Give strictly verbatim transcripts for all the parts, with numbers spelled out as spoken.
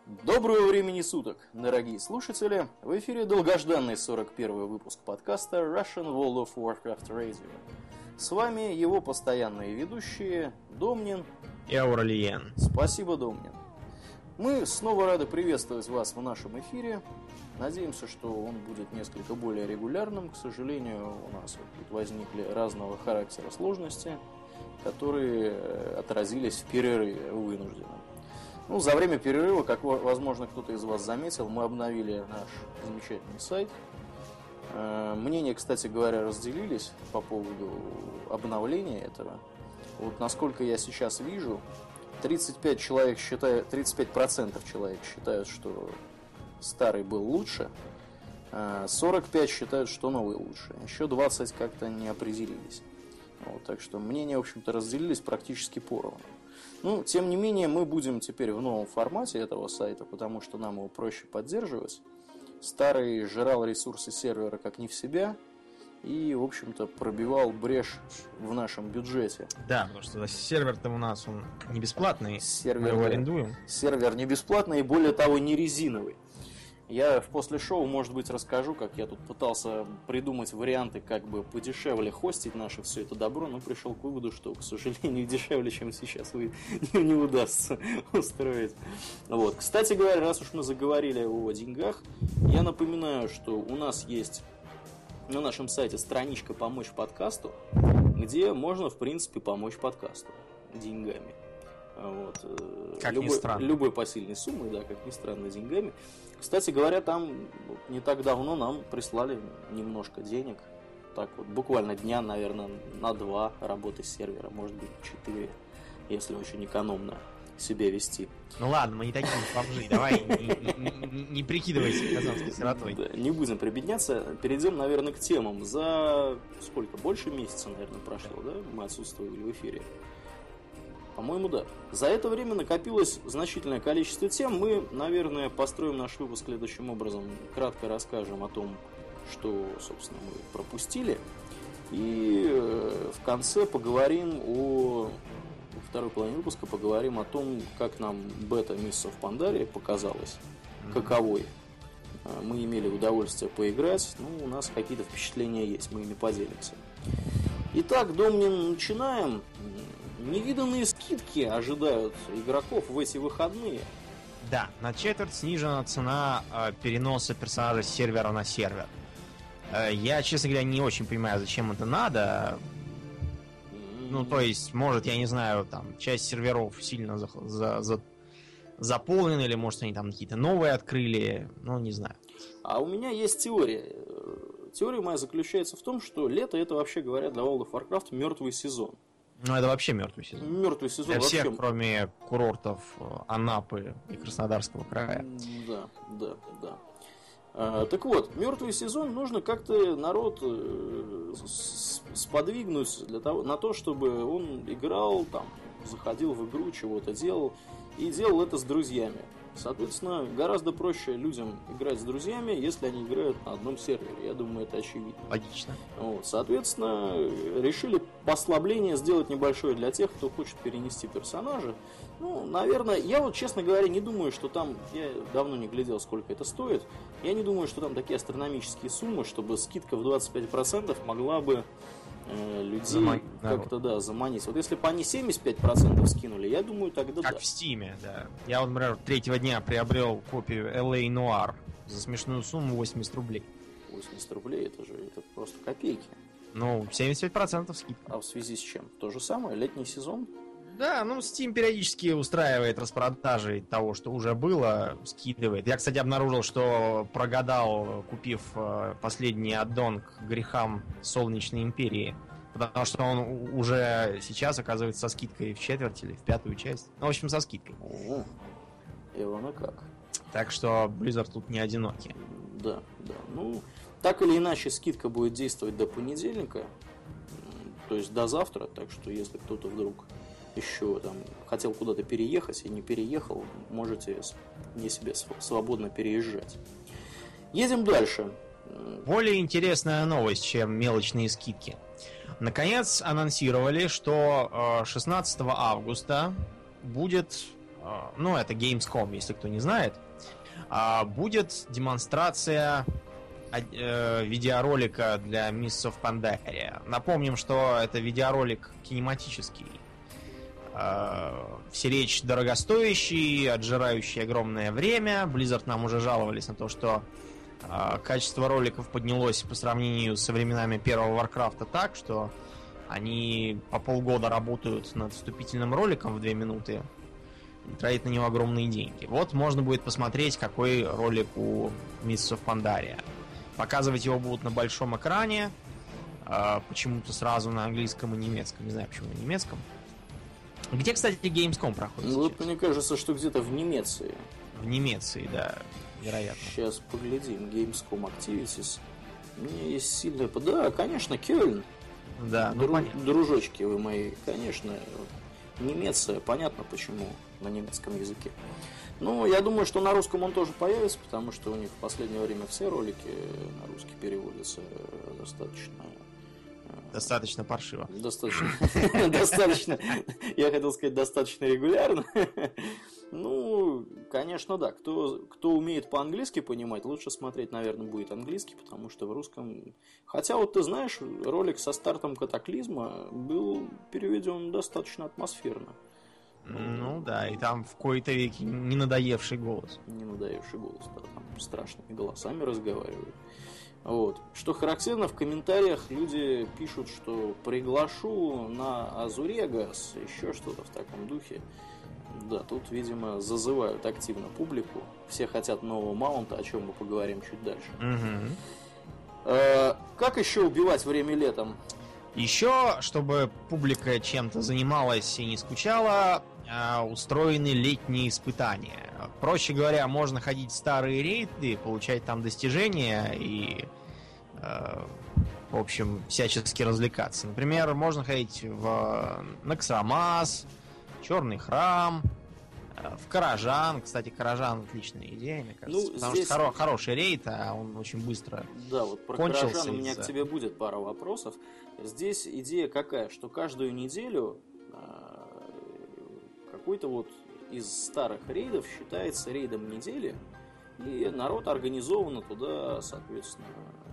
Доброго времени суток, дорогие слушатели! В эфире долгожданный сорок первый выпуск подкаста Russian World of Warcraft Radio. С вами его постоянные ведущие Домнин и Ауралиен. Спасибо, Домнин. Мы снова рады приветствовать вас в нашем эфире. Надеемся, что он будет несколько более регулярным. К сожалению, у нас вот тут возникли разного характера сложности, которые отразились в перерыве вынужденном. Ну, за время перерыва, как, возможно, кто-то из вас заметил, мы обновили наш замечательный сайт. Мнения, кстати говоря, разделились по поводу обновления этого. Вот насколько я сейчас вижу, тридцать пять человек считают, тридцать пять процентов человек считают, что старый был лучше, сорок пять считают, что новый лучше. Еще двадцать как-то не определились. Вот, так что мнения, в общем-то, разделились практически поровну. Ну, тем не менее, мы будем теперь в новом формате этого сайта, потому что нам его проще поддерживать. Старый жрал ресурсы сервера как не в себя и, в общем-то, пробивал брешь в нашем бюджете. Да, потому что сервер-то у нас он не бесплатный, сервер, мы его арендуем. Сервер не бесплатный и, более того, не резиновый. Я в после шоу, может быть, расскажу, как я тут пытался придумать варианты, как бы подешевле хостить наше все это добро, но пришел к выводу, что, к сожалению, дешевле, чем сейчас, не удастся устроить. Вот. Кстати говоря, раз уж мы заговорили о деньгах, я напоминаю, что у нас есть на нашем сайте страничка «Помочь подкасту», где можно, в принципе, помочь подкасту деньгами. Вот. Как любой, ни странно. Любой посильной суммой, да, как ни странно, деньгами. Кстати говоря, там не так давно нам прислали немножко денег. Так вот, буквально дня, наверное, на два работы сервера, может быть, четыре, если очень экономно себя вести. Ну ладно, мы не такие бомжи, давай не, не, не прикидывайся казанской сиротой. Да, не будем прибедняться. Перейдем, наверное, к темам. За сколько? Больше месяца, наверное, прошло, да? Мы отсутствовали в эфире. По-моему, да. За это время накопилось значительное количество тем. Мы, наверное, построим наш выпуск следующим образом. Кратко расскажем о том, что, собственно, мы пропустили. И в конце поговорим о... Во второй половине выпуска поговорим о том, как нам бета Mists of Pandaria показалась, mm-hmm. каковой. Мы имели удовольствие поиграть. Ну, у нас какие-то впечатления есть, мы ими поделимся. Итак, Домнин, начинаем. Невиданные скидки ожидают игроков в эти выходные. Да, на четверть снижена цена э, переноса персонажа с сервера на сервер. Э, я, честно говоря, не очень понимаю, зачем это надо. Ну, то есть, может, я не знаю, там, часть серверов сильно за, за, за, заполнена, или, может, они там какие-то новые открыли, ну, не знаю. А у меня есть теория. Теория моя заключается в том, что лето — это, вообще говоря, для World of Warcraft мертвый сезон. Ну, это вообще мертвый сезон. Мертвый сезон. Для вообще... всех, кроме курортов Анапы и Краснодарского края. Да, да, да. А, так вот, мертвый сезон нужно как-то народ э, сподвигнуть для того, на то, чтобы он играл, там, заходил в игру, чего-то делал, и делал это с друзьями. Соответственно, гораздо проще людям играть с друзьями, если они играют на одном сервере. Я думаю, это очевидно. Логично. Вот, соответственно, решили послабление сделать небольшое для тех, кто хочет перенести персонажа. Ну, наверное, я вот, честно говоря, не думаю, что там... Я давно не глядел, сколько это стоит. Я не думаю, что там такие астрономические суммы, чтобы скидка в двадцать пять процентов могла бы... людей Заман... как-то, да, заманить. Вот если бы они семьдесят пять процентов скинули, я думаю, тогда как да. в Стиме, да. Я вот, например, третьего дня приобрел копию эл эй Noir за смешную сумму восемьдесят рублей. восемьдесят рублей, это же это просто копейки. Ну, семьдесят пять процентов скидка. А в связи с чем? То же самое, летний сезон? Да, ну, Steam периодически устраивает распродажи того, что уже было, скидывает. Я, кстати, обнаружил, что прогадал, купив последний аддон к грехам Солнечной Империи. Потому что он уже сейчас оказывается со скидкой в четверть или в пятую часть. Ну, в общем, со скидкой. О, и оно как. Так что Blizzard тут не одиноки. Да, да. Ну, так или иначе, скидка будет действовать до понедельника. То есть до завтра. Так что, если кто-то вдруг... еще там хотел куда-то переехать и не переехал, можете не себе свободно переезжать. Едем дальше. Более интересная новость, чем мелочные скидки. Наконец анонсировали, что шестнадцатого августа будет ну, это Gamescom, если кто не знает, будет демонстрация видеоролика для Mists of Pandaria. Напомним, что это видеоролик кинематический. Все речь дорогостоящий, отжирающий огромное время. Blizzard нам уже жаловались на то, что качество роликов поднялось по сравнению со временами первого Warcraft'а так, что они по полгода работают над вступительным роликом в две минуты и тратят на него огромные деньги. Вот можно будет посмотреть, какой ролик у Mists of Pandaria. Показывать его будут на большом экране, почему-то сразу на английском и немецком. Не знаю, почему на немецком. Где, кстати, Gamescom проходит? Ну, вот мне кажется, что где-то в Немеции. В Немеции, да, вероятно. Сейчас поглядим. Gamescom Activities. У меня есть сильная... Да, конечно, Кёльн. Да, ну Дру... понятно. Дружочки вы мои, конечно. Немеция, понятно почему на немецком языке. Ну, я думаю, что на русском он тоже появится, потому что у них в последнее время все ролики на русский переводятся достаточно... Достаточно паршиво. Достаточно. Достаточно. Я хотел сказать, достаточно регулярно. Ну, конечно, да. Кто, кто умеет по-английски понимать, лучше смотреть, наверное, будет английский, потому что в русском... Хотя, вот ты знаешь, ролик со стартом Катаклизма был переведен достаточно атмосферно. Ну да, и там в кои-то веки не надоевший голос. Не надоевший голос, да, там страшными голосами разговаривают. Вот. Что характерно, в комментариях люди пишут, что приглашу на Азурегас, еще что-то в таком духе. Да, тут, видимо, зазывают активно публику. Все хотят нового маунта, о чем мы поговорим чуть дальше. Угу. Э, как еще убивать время летом? Еще, чтобы публика чем-то занималась и не скучала, устроены летние испытания. Проще говоря, можно ходить в старые рейды, получать там достижения и, в общем, всячески развлекаться. Например, можно ходить в Наксрамас, Черный храм, в Каражан. Кстати, Каражан отличная идея, мне кажется. Ну, потому здесь... что хоро- хороший рейд, а он очень быстро Да, вот про кончился. Каражан у меня из-за... к тебе будет пара вопросов. Здесь идея какая, что каждую неделю какой-то вот из старых рейдов считается рейдом недели, и народ организованно туда, соответственно,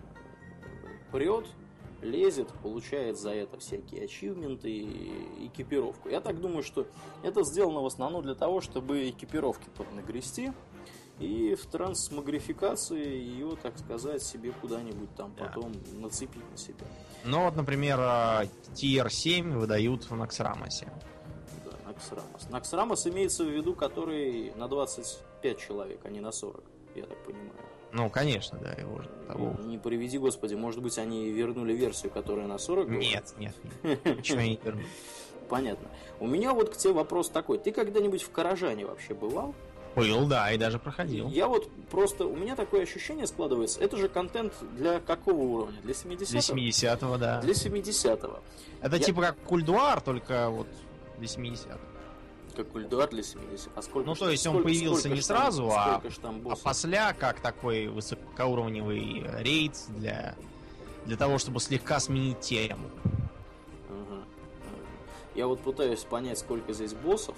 прет, лезет, получает за это всякие ачивменты и экипировку. Я так думаю, что это сделано в основном для того, чтобы экипировки поднагрести и в трансмогрификации ее, так сказать, себе куда-нибудь там да. потом нацепить на себя. Ну вот, например, ти эр семь выдают в Наксрамасе. Наксрамас. Наксрамас имеется в виду, который на двадцать пять человек, а не на сорок, я так понимаю. Ну, конечно, да, его же того. Не, не приведи, господи, может быть, они вернули версию, которая на сорок была? Нет, нет, нет. Ничего не вернули. Понятно. У меня вот к тебе вопрос такой. Ты когда-нибудь в Каражане вообще бывал? Был, да, и даже проходил. Я вот просто... У меня такое ощущение складывается. Это же контент для какого уровня? Для семидесятого? Для семидесятого, да. Для семидесятого. Это Я... типа как Кульдуар, только вот для семидесятого. Как Кульдуар для семидесятого. А сколько ну, ж, то есть сколько, он появился сколько не там, сразу, а, а после как такой высокоуровневый рейд для, для того, чтобы слегка сменить тему. Ага. Я вот пытаюсь понять, сколько здесь боссов.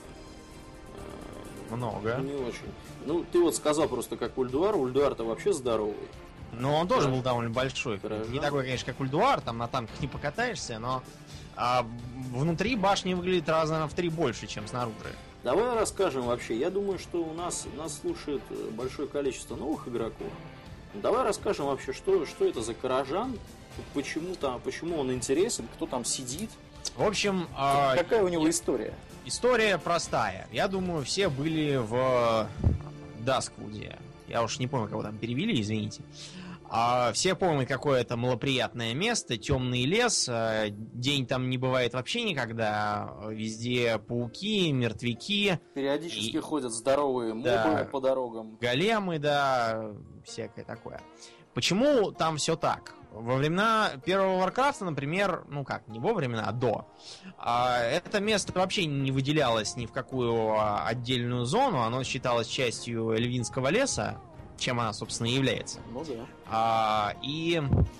Много. Не очень. Ну, ты вот сказал просто как Ульдуар. Ульдуар-то вообще здоровый. Ну, он тоже Караж... был довольно большой. Каражан. Не такой, конечно, как Ульдуар, там на танках не покатаешься, но а, внутри башни выглядит раза в три больше, чем снаружи. Давай расскажем вообще. Я думаю, что у нас нас слушает большое количество новых игроков. Давай расскажем вообще, что, что это за Каражан, почему, там, почему он интересен, кто там сидит. В общем... Какая э, у него история? История простая. Я думаю, все были в Дасквуде. Я уж не помню, кого там перевели, извините. А все помнят, какое это малоприятное место, темный лес. День там не бывает вообще никогда. Везде пауки, мертвяки. Периодически и... ходят здоровые мобы да, по дорогам. Големы, да, всякое такое. Почему там все так? Во времена первого Варкрафта, например, ну как, не во времена, а до, а, это место вообще не выделялось ни в какую отдельную зону, оно считалось частью Эльвинского леса, чем она, собственно, и является. Ну да. А, и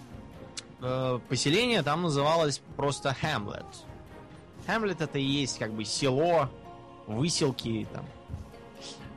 э, поселение там называлось просто Хэмлет. Хэмлет это и есть как бы село, выселки, там,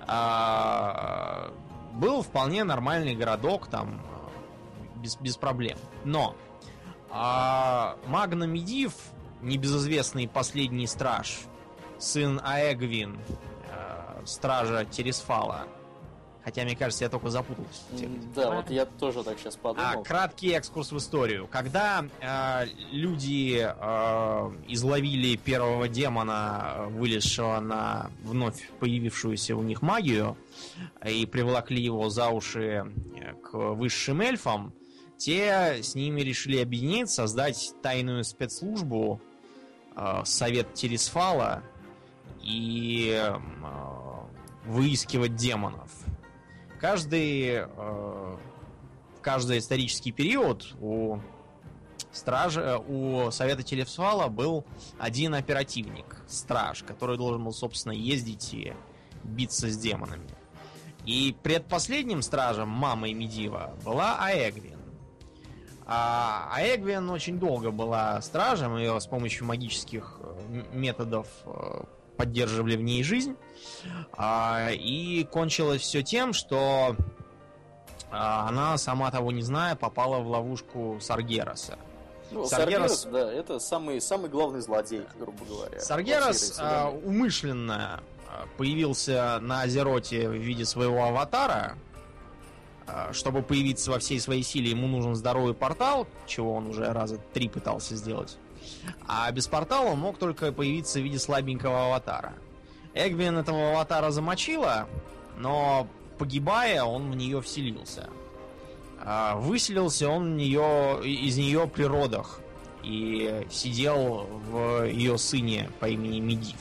А, был вполне нормальный городок, там без, без проблем. Но а, Магна Медивh, небезызвестный последний страж, сын Аэгвин, а, стража Тересфала. Хотя, мне кажется, я только запутался. Да, вот я тоже так сейчас подумал. А, краткий экскурс в историю. Когда э, люди э, изловили первого демона, вылезшего на вновь появившуюся у них магию, и приволокли его за уши к высшим эльфам, те с ними решили объединиться, создать тайную спецслужбу, э, Совет Тересфала, и э, выискивать демонов. Каждый, э, каждый исторический период у стража, у Совета Тересфала был один оперативник, страж, который должен был, собственно, ездить и биться с демонами. И предпоследним стражем, мамой Медивha, была Аэгвин. А Аэгвин очень долго была стражем, ее с помощью магических методов поддерживали в ней жизнь. А, и кончилось все тем, что а, она, сама того не зная, попала в ловушку Саргераса. Ну, Саргерас, да, это самый, самый главный злодей, грубо говоря. Саргерас а, умышленно появился на Азероте в виде своего аватара. А, чтобы появиться во всей своей силе, ему нужен здоровый портал, чего он уже раза три пытался сделать. А без портала он мог только появиться в виде слабенького аватара. Эгвин этого аватара замочила, но, погибая, он в нее вселился. Выселился он в нее, из нее при родах и сидел в ее сыне по имени Медивh.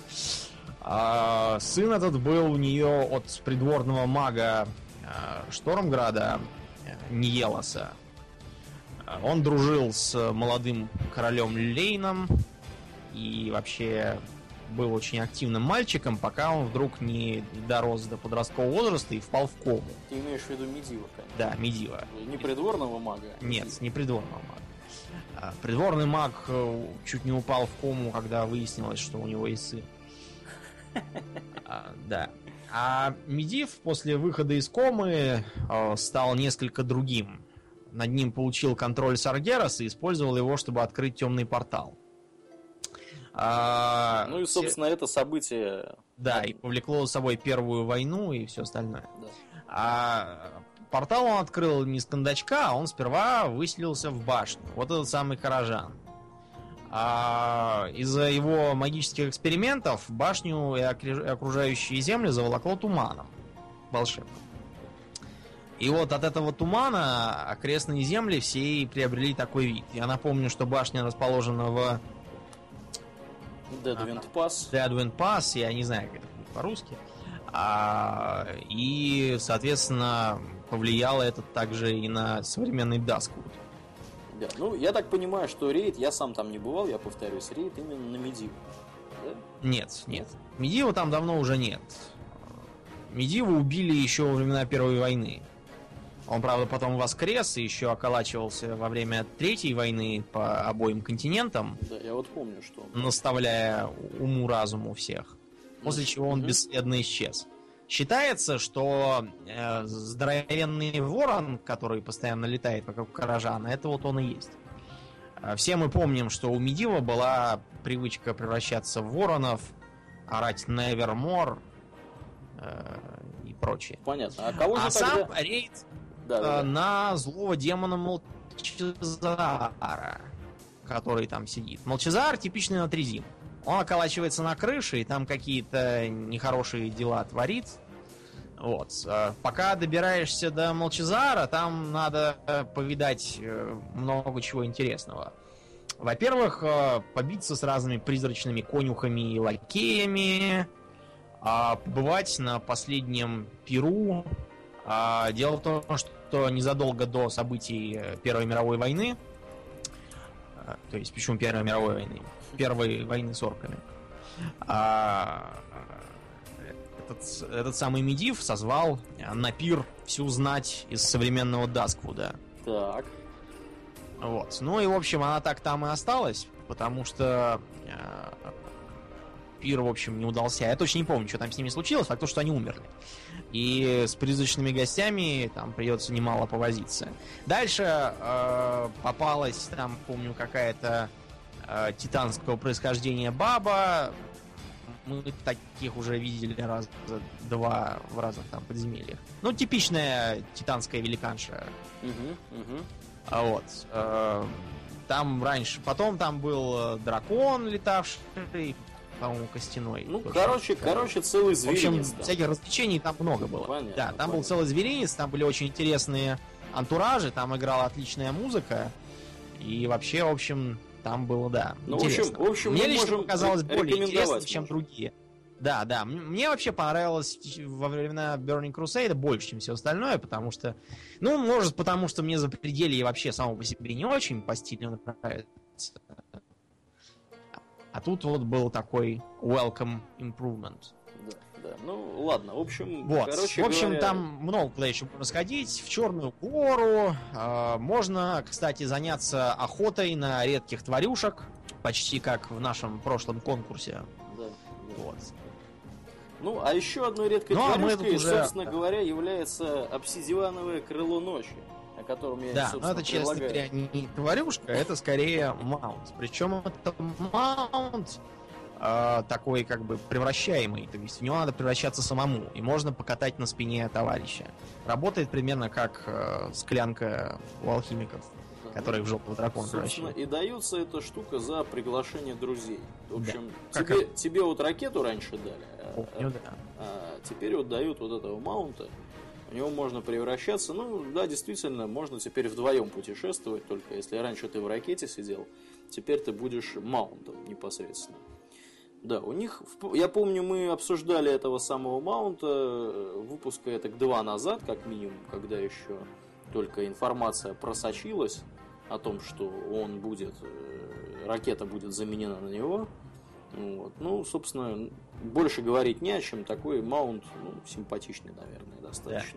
Сын этот был у нее от придворного мага Штормграда Ниелоса. Он дружил с молодым королем Лейном и вообще был очень активным мальчиком, пока он вдруг не дорос до подросткового возраста и впал в кому. Ты имеешь в виду Медивha, конечно? Да, Медивha. Не придворного мага? А Нет, Медивha. Не придворного мага. Придворный маг чуть не упал в кому, когда выяснилось, что у него есть сын. Да. А Медивh после выхода из комы стал несколько другим. Над ним получил контроль Саргерас и использовал его, чтобы открыть темный портал. А, ну и, собственно, все... это событие... Да, и повлекло за собой Первую войну и все остальное. Да. А портал он открыл не с кондачка, а он сперва выселился в башню. Вот этот самый Каражан. А из-за его магических экспериментов башню и окружающие земли заволокло туманом волшебным. И вот от этого тумана окрестные земли все и приобрели такой вид. Я напомню, что башня расположена в... Deadwind Pass. Deadwind Pass, я не знаю, как это будет по-русски. А, и, соответственно, повлияло это также и на современный Duskwood. Да, ну, я так понимаю, что рейд, я сам там не бывал, я повторюсь, рейд именно на Медивh. Да? Нет, нет. Медивha там давно уже нет. Медивha убили еще во времена Первой войны. Он, правда, потом воскрес и еще околачивался во время Третьей войны по обоим континентам. Да, я вот помню, что... Наставляя уму-разуму всех. После чего он бесследно исчез. Считается, что э, здоровенный ворон, который постоянно летает вокруг Каражана, это вот он и есть. Все мы помним, что у Медивha была привычка превращаться в воронов, орать Nevermore э, и прочее. Понятно. А кого же а тогда... сам рейд да, да, да. на злого демона Молчезара, который там сидит. Молчезар типичный натрезин. Он околачивается на крыше, и там какие-то нехорошие дела творит. Вот. Пока добираешься до Молчезара, там надо повидать много чего интересного. Во-первых, побиться с разными призрачными конюхами и лакеями, побывать на последнем пиру. Дело в том, что незадолго до событий Первой мировой войны, то есть почему Первой мировой войны? Первой войны с орками. А, этот, этот самый Медивh созвал на пир всю знать из современного Дасквуда. Так. Вот. Ну и, в общем, она так там и осталась, потому что пир, в общем, не удался. Я точно не помню, что там с ними случилось, факт то, что они умерли. И с призрачными гостями там придется немало повозиться. Дальше э, попалась там, помню, какая-то э, титанского происхождения баба. Мы таких уже видели раза два в разных там подземельях. Ну, типичная титанская великанша. Угу, угу. А вот. Э, там раньше... Потом там был дракон, летавший, по-моему, костяной. Ну, точно. короче, короче, целый зверинец. В общем, там. всяких развлечений там много было. Понятно, да, там понятно. был целый зверинец, там были очень интересные антуражи, там играла отличная музыка. И вообще, в общем, там было, да, Ну, интересно. в общем, в общем, Мне мы лично можем показалось ре- более интересным, рекомендовать чем можем. другие. Да, да. М- Мне вообще понравилось во времена Burning Crusade больше, чем все остальное, потому что... Ну, может, потому что мне Запределье вообще само по себе не очень по стилю нравится. А тут вот был такой welcome improvement. Да, да. Ну, ладно, в общем, Вот. короче В общем, говоря, там много куда еще можно сходить. В Черную гору. Э, можно, кстати, заняться охотой на редких тварюшек. Почти как в нашем прошлом конкурсе. Да, да. Вот. Ну, а еще одной редкой Ну, а мы тварюшкой, тут уже- собственно говоря, является обсидиановое крыло ночи, о котором я, Да, но собственно, это, честно предлагаю. говоря, не тварюшка, это скорее маунт. Причем это маунт э, такой как бы превращаемый. То есть в него надо превращаться самому. И можно покатать на спине товарища. Работает примерно как э, склянка у алхимиков, Да. которые в желтого дракона Собственно, превращают. и дается эта штука за приглашение друзей. В общем, Как тебе, тебе вот ракету раньше дали, а, Помню, да. а теперь вот дают вот этого маунта. В него можно превращаться. Ну, да, действительно, можно теперь вдвоем путешествовать, только если раньше ты в ракете сидел, теперь ты будешь маунтом непосредственно. Да, у них, в- я помню, мы обсуждали этого самого маунта э, выпуска это два назад, как минимум, когда еще только информация просочилась о том, что он будет, э, ракета будет заменена на него. Вот. Ну, собственно, больше говорить не о чем. Такой маунт, ну, симпатичный, наверное, достаточно.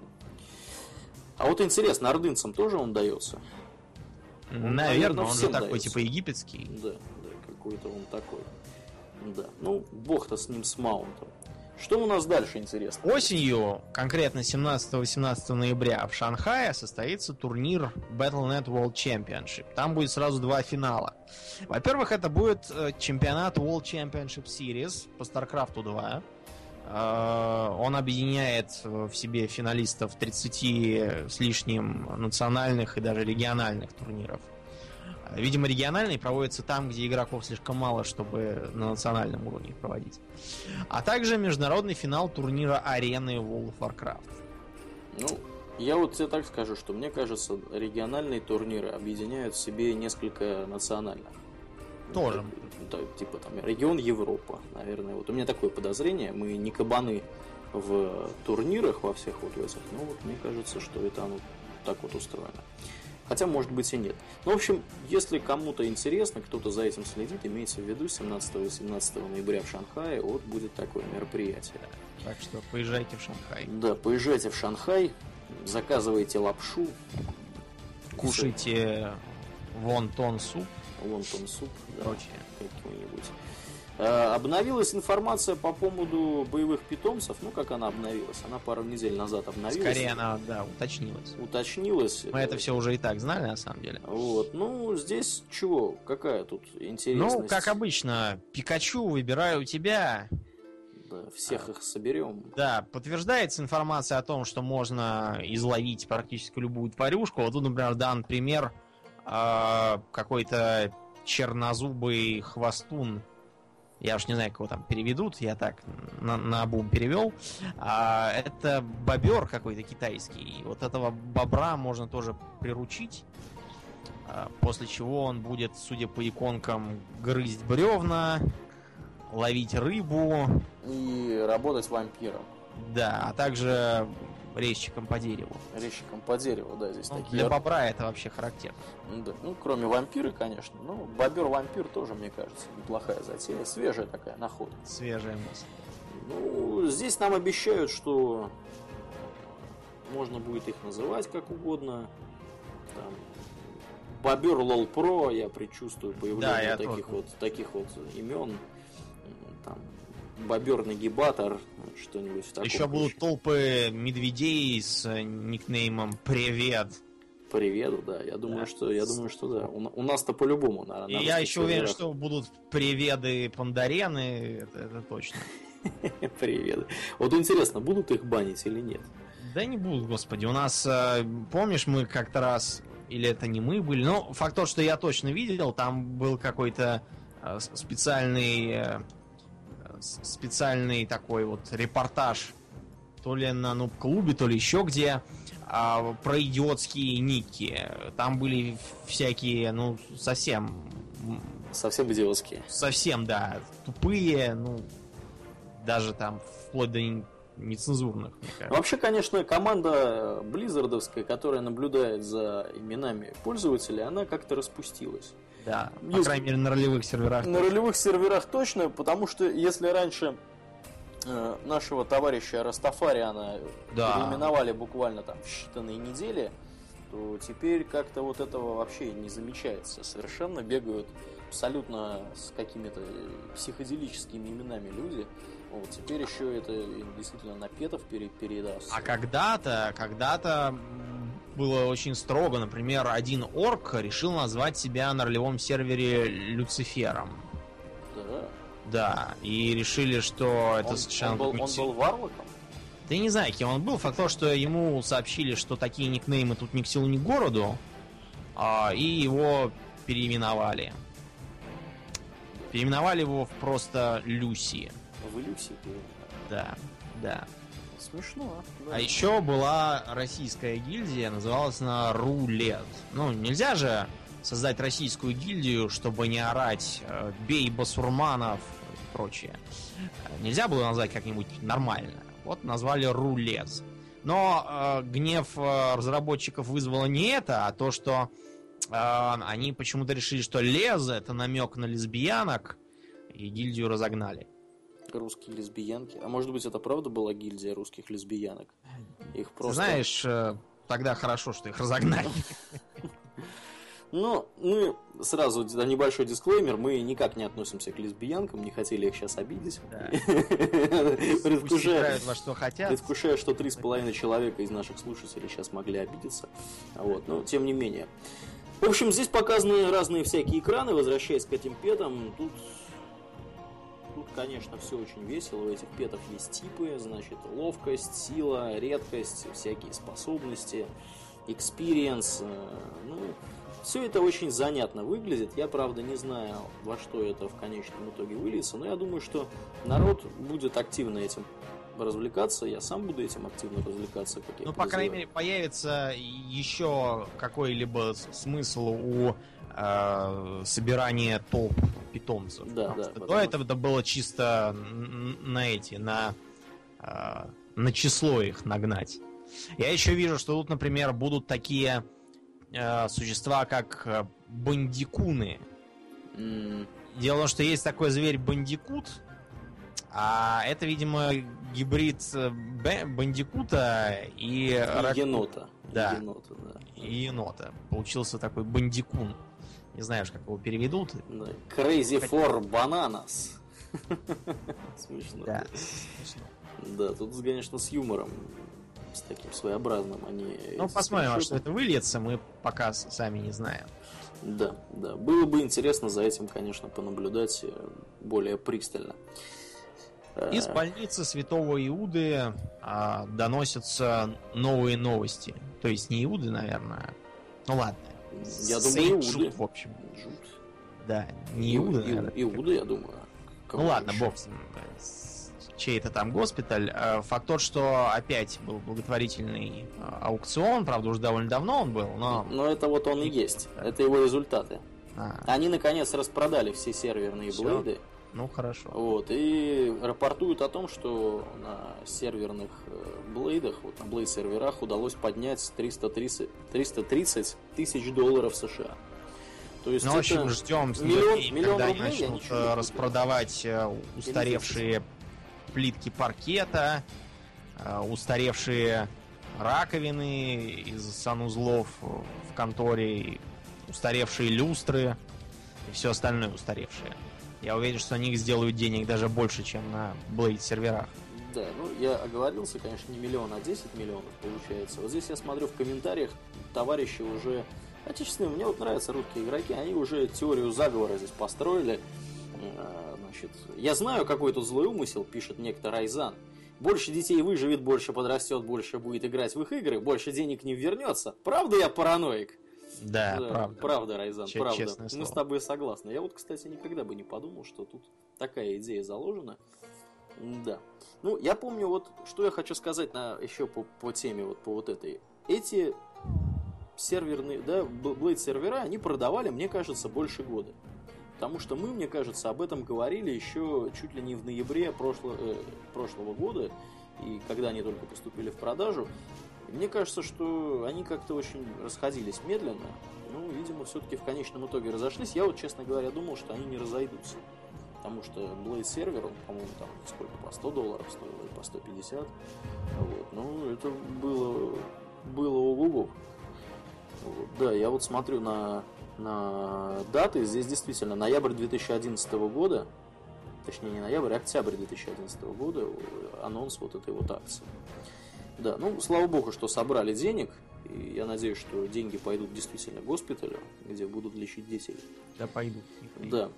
А вот интересно, ордынцам тоже он дается? Наверное, наверное, он же всем такой, дается. типа, египетский. Да, да, какой-то он такой. Да, ну, бог-то с ним, с маунтом. Что у нас дальше интересно? Осенью, конкретно семнадцатого-восемнадцатого ноября в Шанхае состоится турнир Battle дот нет World Championship. Там будет сразу два финала. Во-первых, это будет э, чемпионат World Championship Series по StarCraft два. Э, Он объединяет в себе финалистов тридцати с лишним национальных и даже региональных турниров. Видимо, региональный проводится там, где игроков слишком мало, чтобы на национальном уровне их проводить. А также международный финал турнира арены World of Warcraft. Ну, я вот тебе так скажу, что мне кажется, региональные турниры объединяют в себе несколько национальных. Тоже. Ну, так, типа там регион Европа, наверное. Вот у меня такое подозрение, мы не кабаны в турнирах во всех вот этих, но вот мне кажется, что это оно так вот устроено. Хотя, может быть, и нет. Ну, в общем, если кому-то интересно, кто-то за этим следит, имейте в виду, семнадцатого-восемнадцатого ноября в Шанхае вот будет такое мероприятие. Так что поезжайте в Шанхай. Да, поезжайте в Шанхай, заказывайте лапшу, Кушайте вонтон суп лонтон суп, и да, прочее. какой-нибудь. Э, Обновилась информация по поводу боевых питомцев. Ну, как она обновилась? Она пару недель назад обновилась. Скорее она, да, уточнилась. Уточнилась. Мы это все уже и так знали, на самом деле. Вот, ну, здесь чего? Какая тут интересность? Ну, как обычно, Пикачу, выбираю тебя. Да, всех их соберем. Да, подтверждается информация о том, что можно изловить практически любую тварюшку. Вот тут, например, дан пример э, какой-то чернозубый хвостун. Я уж не знаю, как его там переведут, я так на, на бум перевел. А, это бобер какой-то китайский. И вот этого бобра можно тоже приручить. А, после чего он будет, судя по иконкам, грызть бревна, ловить рыбу. И работать вампиром. Да, а также резчиком по дереву. Резчиком по дереву, да, здесь Ну, такие. для бобра это вообще характерно. Да, ну, кроме вампира, конечно. Ну, бобер-вампир тоже, мне кажется, неплохая затея. Свежая такая находка. Свежая мысль. Ну, здесь нам обещают, что можно будет их называть как угодно. Там, Бобер Лол Про, я предчувствую появление Да, я таких тоже. вот таких вот имен. Там бобер нагибатор, что-нибудь в таком. Еще будут толпы медведей с никнеймом «Привет». Привет, да. Я думаю, да. что я думаю, что да. У, у нас-то по-любому, наверное. И я еще уверен, что будут приведы пандарены, это, это точно. Привет. Вот интересно, будут их банить или нет? Да не будут, господи. У нас, помнишь, мы как-то раз, или это не мы были, но факт тот, что я точно видел, там был какой-то специальный специальный такой вот репортаж, то ли на Нуб-клубе, то ли еще где, про идиотские ники. Там были всякие, ну, совсем... Совсем идиотские. Совсем, да. Тупые, ну, даже там вплоть до нецензурных. Вообще, конечно, команда близзардовская, которая наблюдает за именами пользователей, она как-то распустилась. Да, по крайней мере, на ролевых серверах. На ролевых серверах точно, потому что если раньше э, нашего товарища Растафариана да. переименовали буквально там в считанные недели, то теперь как-то вот этого вообще не замечается. Совершенно бегают абсолютно с какими-то психоделическими именами люди. Вот теперь еще это действительно на петов передаст. А когда-то, когда-то было очень строго. Например, один орк решил назвать себя на ролевом сервере Люцифером. Да. Да, и решили, что это он, совершенно... Он был, он был варлоком? Да я не знаю, кем он был. Факт то, что ему сообщили, что такие никнеймы тут ни к селу, ни к городу, а, и его переименовали. Переименовали его в просто Люси. В Люси переименовали? Да, да. Смешно. Да. А еще была российская гильдия, называлась она Рулет. Ну, нельзя же создать российскую гильдию, чтобы не орать «бей басурманов» и прочее. Нельзя было назвать как-нибудь нормально. Вот назвали Рулет. Но э, гнев э, разработчиков вызвало не это, а то, что э, они почему-то решили, что лез это намек на лесбиянок, и гильдию разогнали. Русские лесбиянки. А может быть, это правда была гильдия русских лесбиянок? Их просто... Знаешь, э, тогда хорошо, что их разогнали. Ну, мы сразу небольшой дисклеймер, мы никак не относимся к лесбиянкам, не хотели их сейчас обидеть. Да. Предвкушая, во что хотят. предвкушая, что три с половиной человека из наших слушателей сейчас могли обидеться. Вот, но тем не менее. В общем, здесь показаны разные всякие экраны, возвращаясь к этим петам, тут... Тут, конечно, все очень весело. У этих петов есть типы, значит, ловкость, сила, редкость, всякие способности, экспириенс. Ну, все это очень занятно выглядит. Я, правда, не знаю, во что это в конечном итоге выльется, но я думаю, что народ будет активно этим развлекаться. Я сам буду этим активно развлекаться. Как я ну, по крайней мере, появится еще какой-либо смысл у э, собирания топ питомцев. Да, да, до потому... этого это было чисто на эти, на, э, на число их нагнать. Я еще вижу, что тут, например, будут такие э, существа, как бандикуны. Mm. Дело в том, что есть такой зверь бандикут, а это, видимо, гибрид бандикута и... И рак... енота. Да. И енота, да. И енота. Получился такой бандикун. Не знаешь, как его переведут. Да. Crazy for bananas. Смешно. Да. Да, тут, конечно, с юмором. С таким своеобразным они... Ну, посмотрим, а что это выльется, мы пока сами не знаем. Да, да. Было бы интересно за этим, конечно, понаблюдать более пристально. Из больницы Святого Иуды а, доносятся новые новости. То есть не Иуды, наверное. Ну ладно. Я думаю, Иуды. Джуд, в общем. Джуд. Да, не Иуда, И, наверное. Иуда, я думаю. Кого ну ладно, бог с ним. Чей-то там госпиталь. Факт тот, что опять был благотворительный аукцион. Правда, уже довольно давно он был, но... Но это вот он и есть. Это его результаты. А. Они, наконец, распродали все серверные Всё. блейды. Ну, хорошо. Вот, и рапортуют о том, что на серверных блейдах, вот на блейд серверах удалось поднять триста тридцать тысяч долларов США. То есть ну, в общем, ждем миллион, дней, миллион когда рублей они начнут распродавать устаревшие плитки паркета, устаревшие раковины из санузлов в конторе, устаревшие люстры и все остальное устаревшее. Я уверен, что они сделают денег даже больше, чем на Blade серверах. Да, ну я оговорился, конечно, не миллион, а десять миллионов получается. Вот здесь я смотрю в комментариях, товарищи уже отечественные, мне вот нравятся русские игроки, они уже теорию заговора здесь построили. Значит, я знаю, какой тут злой умысел, пишет некто Райзан. Больше детей выживет, больше подрастет, больше будет играть в их игры, больше денег не вернется. Правда я параноик? Да, да, правда. Правда, Райзан, Ч- правда. честное Мы слово. с тобой согласны. Я вот, кстати, никогда бы не подумал, что тут такая идея заложена. Да. Ну, я помню, вот, что я хочу сказать на, еще по, по теме, вот по вот этой. Эти серверные, да, Blade сервера, они продавали, мне кажется, больше года. Потому что мы, мне кажется, об этом говорили еще чуть ли не в ноябре прошло, э, прошлого года, и когда они только поступили в продажу. И мне кажется, что они как-то очень расходились медленно. Ну, видимо, все-таки в конечном итоге разошлись. Я вот, честно говоря, думал, что они не разойдутся. Потому что Blade сервер, он, по-моему, там сколько, по сто долларов стоил, или по сто пятьдесят. Вот. Ну, это было, было ого-го. Вот. Да, я вот смотрю на, на даты. Здесь действительно ноябрь две тысячи одиннадцатого года, точнее не ноябрь, а октябрь две тысячи одиннадцатого года, анонс вот этой вот акции. Да, ну, слава богу, что собрали денег. И я надеюсь, что деньги пойдут действительно к госпиталю, где будут лечить детей. Да, пойдут. Да.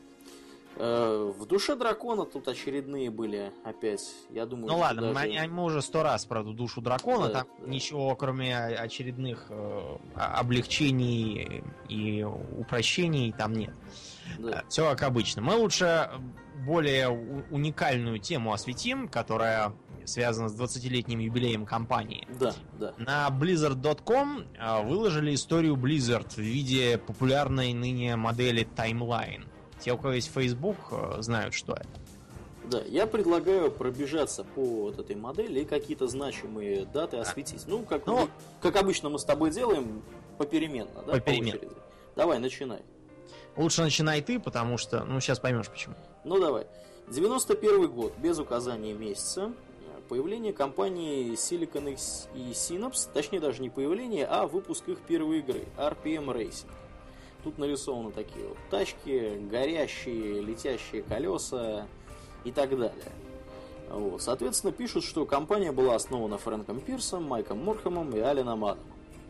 В душе дракона тут очередные были опять, я думаю... Ну ладно, даже... мы, мы уже сто раз про душу дракона, Да, там да. ничего, кроме очередных э, облегчений и упрощений там нет. Да. Все как обычно. Мы лучше более уникальную тему осветим, которая связана с двадцатилетним юбилеем компании. Да, да. На blizzard точка ком выложили историю Blizzard в виде популярной ныне модели Timeline. Те, у кого есть Facebook, знают, что это. Да, я предлагаю пробежаться по вот этой модели и какие-то значимые даты осветить. Ну, как, Ну, мы- как обычно мы с тобой делаем, попеременно, да? Попеременно. По очереди. Давай, начинай. Лучше начинай ты, потому что, ну, сейчас поймешь почему. Ну, давай. девяносто первый год, без указания месяца. Появление компании Silicon X и Synapse, точнее даже не появление, а выпуск их первой игры, ар пи эм Racing. Тут нарисованы такие вот тачки, горящие, летящие колеса и так далее. Вот. Соответственно, пишут, что компания была основана Фрэнком Пирсом, Майком Морхэмом и Аленом Адамом.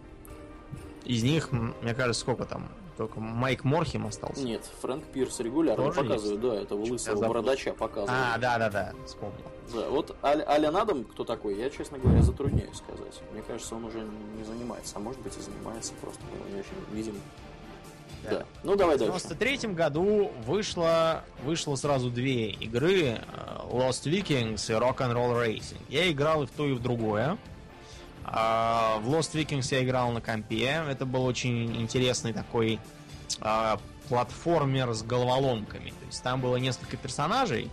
Из них, м, мне кажется, сколько там? Только Майк Морхем остался. Нет, Фрэнк Пирс регулярно Тоже показывает, да, этого лысого забыл. бородача показывает. А, да-да-да, вспомнил. Да, вот Аль- Ален Адам, кто такой, я, честно говоря, затрудняюсь сказать. Мне кажется, он уже не занимается, а может быть и занимается, просто мы не очень видим. Да. Да. Ну, давай В дальше. девяносто третьем году вышло, вышло сразу две игры, э, Lost Vikings и Rock'n'Roll Racing. Я играл и в то, и в другое. А, В Lost Vikings я играл на компе. Это был очень интересный такой а, платформер с головоломками. То есть там было несколько персонажей,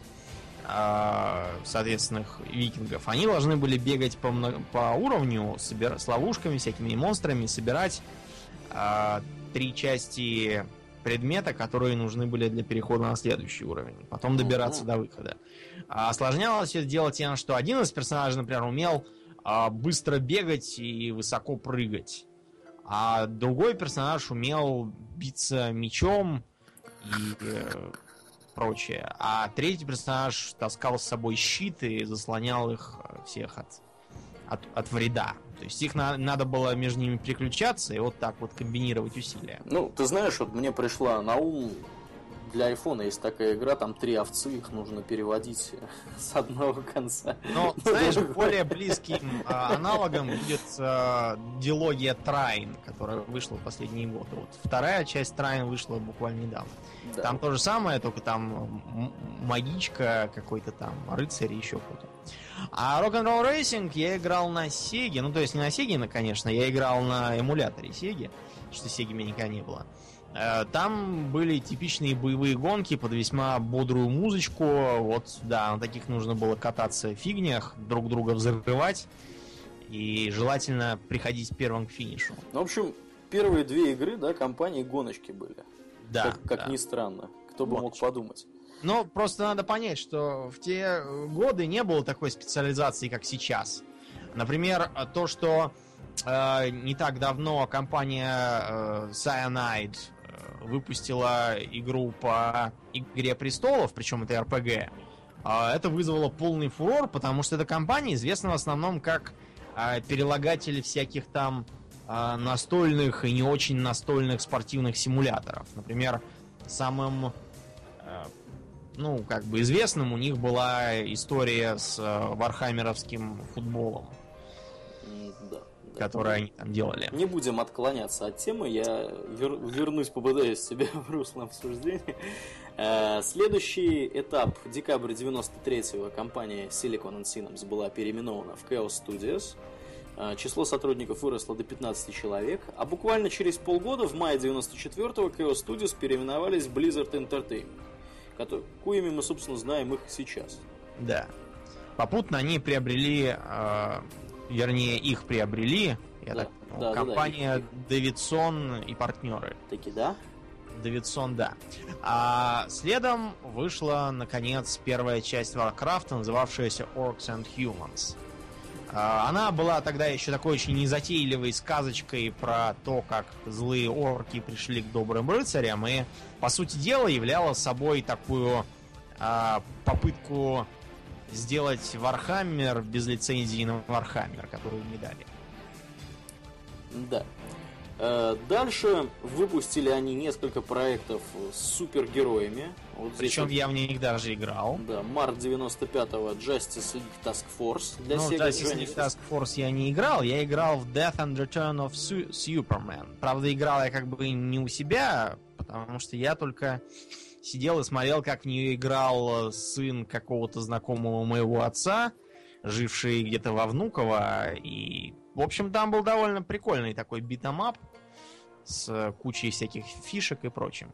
а, соответственных викингов. Они должны были бегать по, мно- по уровню собира- с ловушками, всякими монстрами, собирать а, три части предмета, которые нужны были для перехода на следующий уровень. Потом добираться Мгм. до выхода. А осложнялось это дело тем, что один из персонажей, например, умел а, быстро бегать и высоко прыгать. А другой персонаж умел биться мечом и э, прочее. А третий персонаж таскал с собой щит и заслонял их э, всех от, от, от вреда. То есть их на- надо было между ними переключаться и вот так вот комбинировать усилия. Ну, ты знаешь, вот мне пришла на ум, для айфона есть такая игра, там три овцы, их нужно переводить с одного конца. Но, знаешь, более близким э, аналогом будет э, дилогия Трайн, которая вышла в последние годы. Вот вторая часть Трайн вышла буквально недавно. Да. Там то же самое, только там м- магичка, какой-то там рыцарь и еще кто-то. А Rock'n'Roll Racing я играл на Сеге, ну то есть не на Сеге, конечно, я играл на эмуляторе Сеги, что Сеги у меня никогда не было. Э, Там были типичные боевые гонки под весьма бодрую музычку. Вот, да, на таких нужно было кататься в фигнях, друг друга взрывать. И желательно приходить первым к финишу. Ну, в общем, первые две игры, да, компании гоночки были. Да, Как, как да. ни странно. Кто бы мог Гоночки. подумать. Но просто надо понять, что в те годы не было такой специализации, как сейчас. Например, то, что э, не так давно компания э, Cyanide э, выпустила игру по Игре престолов, причем это эр пи джи. Это вызвало полный фурор, потому что эта компания известна в основном как перелагатель всяких там настольных и не очень настольных спортивных симуляторов. Например, самым, ну, как бы известным у них была история с вархаммеровским футболом, да, который да. они там делали. Не будем отклоняться от темы, я вер... вернусь, попытаюсь себя в русло обсуждения. Следующий этап, декабрь девяносто третьего, компания Silicon энд Synapse была переименована в Chaos Studios. Число сотрудников выросло до пятнадцати человек, а буквально через полгода, в мае девяносто четвёртого, Chaos Studios переименовались в Blizzard Entertainment, который, коими мы, собственно, знаем их сейчас. Да. Попутно они приобрели, э, вернее, их приобрели, я да, так понял, да, компания да, да, Davidson и партнеры. Таки да? Davidson, да. А следом вышла, наконец, первая часть Warcraft, называвшаяся Orcs and Humans. Она была тогда еще такой очень незатейливой сказочкой про то, как злые орки пришли к добрым рыцарям, и, по сути дела, являла собой такую а, попытку сделать Warhammer без лицензии на Warhammer, которую не дали. Да. Дальше выпустили они несколько проектов с супергероями. Вот Причем вот, я в них даже играл. Да, март девяносто пятого Justice League Task Force для ну, Sega Justice Genesis. League Task Force я не играл, я играл в Death and Return of Su- Superman. Правда, играл я как бы не у себя, потому что я только сидел и смотрел, как в нее играл сын какого-то знакомого моего отца, живший где-то во Внуково, и, в общем, там был довольно прикольный такой битэмап с кучей всяких фишек и прочим.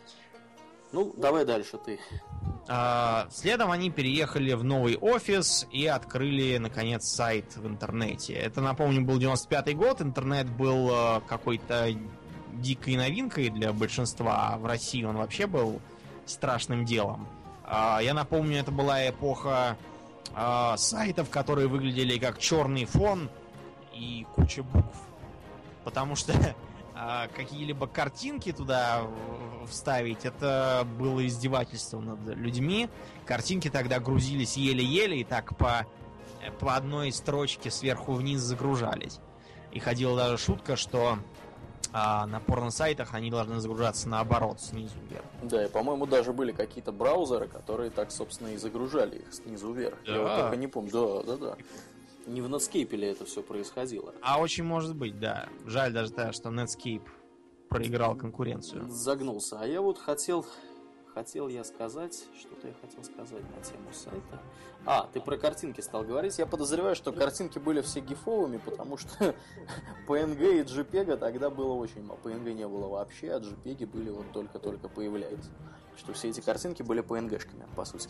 Ну, давай дальше ты. А, следом они переехали в новый офис и открыли, наконец, сайт в интернете. Это, напомню, был девяносто пятый год, интернет был а, какой-то дикой новинкой для большинства, а в России он вообще был страшным делом. А, я напомню, это была эпоха а, сайтов, которые выглядели как черный фон и куча букв. Потому что а, какие-либо картинки туда вставить, это было издевательство над людьми. Картинки тогда грузились еле-еле и так по, по одной строчке сверху вниз загружались. И ходила даже шутка, что а, на порно-сайтах они должны загружаться наоборот, снизу вверх. Да, и, по-моему, даже были какие-то браузеры, которые так, собственно, и загружали их снизу вверх. Да. Я вот только не помню. Да, да, да. Не в Netscape ли это все происходило? А очень может быть, да. Жаль даже, да, что Netscape проиграл конкуренцию. Загнулся. А я вот хотел... Хотел я сказать... Что-то я хотел сказать на тему сайта. А, ты про картинки стал говорить. Я подозреваю, что картинки были все гифовыми, потому что пи эн джи и джей пи джи тогда было очень мало. пи эн джи не было вообще, а джей пи джи были вот только-только появляются. Что все эти картинки были пи эн джи-шками, по сути.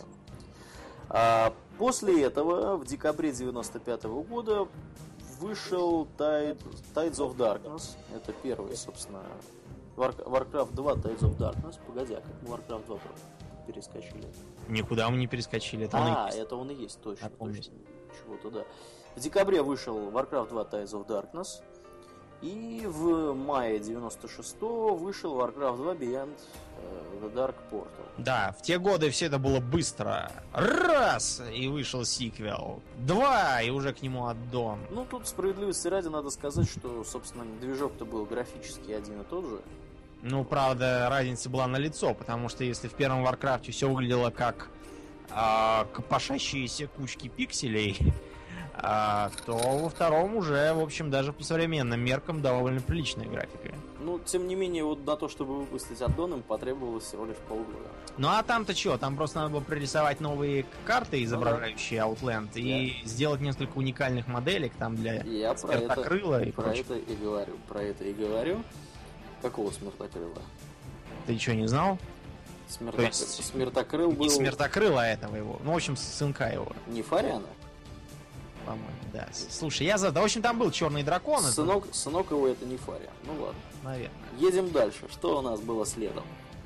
А после этого, в декабре девяносто пятого года, вышел Tide, Tides of Darkness. Это первый, собственно, War, Warcraft два Tides of Darkness. Погоди, а как мы Warcraft два перескочили? Никуда мы не перескочили. Это а, он и это он и есть, точно. Напомнить. точно. Чего-то, да. В декабре вышел Warcraft два Tides of Darkness. И в мае девяносто шестого вышел Warcraft два Beyond The Dark Portal. Да, в те годы все это было быстро. Раз! И вышел сиквел. Два! И уже к нему аддон. Ну, тут справедливости ради надо сказать, что, собственно, движок-то был графически один и тот же. Ну, правда, разница была налицо, потому что если в первом Варкрафте все выглядело как а, копошащиеся кучки пикселей, а, то во втором уже, в общем, даже по современным меркам довольно приличная графика. Ну, тем не менее, вот на то, чтобы выпустить аддон, им потребовалось всего лишь полгода. Ну, а там-то что? Там просто надо было прорисовать новые карты, изображающие Outland, Я... и сделать несколько уникальных моделек там для Я смертокрыла и про прочее. это и говорю. Про это и говорю. Какого смертокрыла? Ты что, не знал? Смерток... есть Смертокрыл был... Не смертокрыла этого его. Ну, в общем, сынка его. Не Фариана? По-моему, да. Слушай, я за... Да, в общем, там был черный дракон. Сынок, это... сынок его это не Фариан. Ну ладно. Наверное. Едем дальше. Что у нас было следом?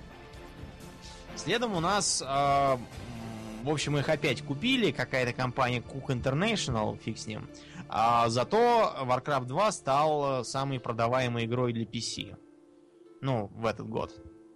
Следом у нас... Э, в общем, их опять купили. Какая-то компания Cook International, фиг с ним. А зато Warcraft два стал самой продаваемой игрой для пи си. Ну, в этот год.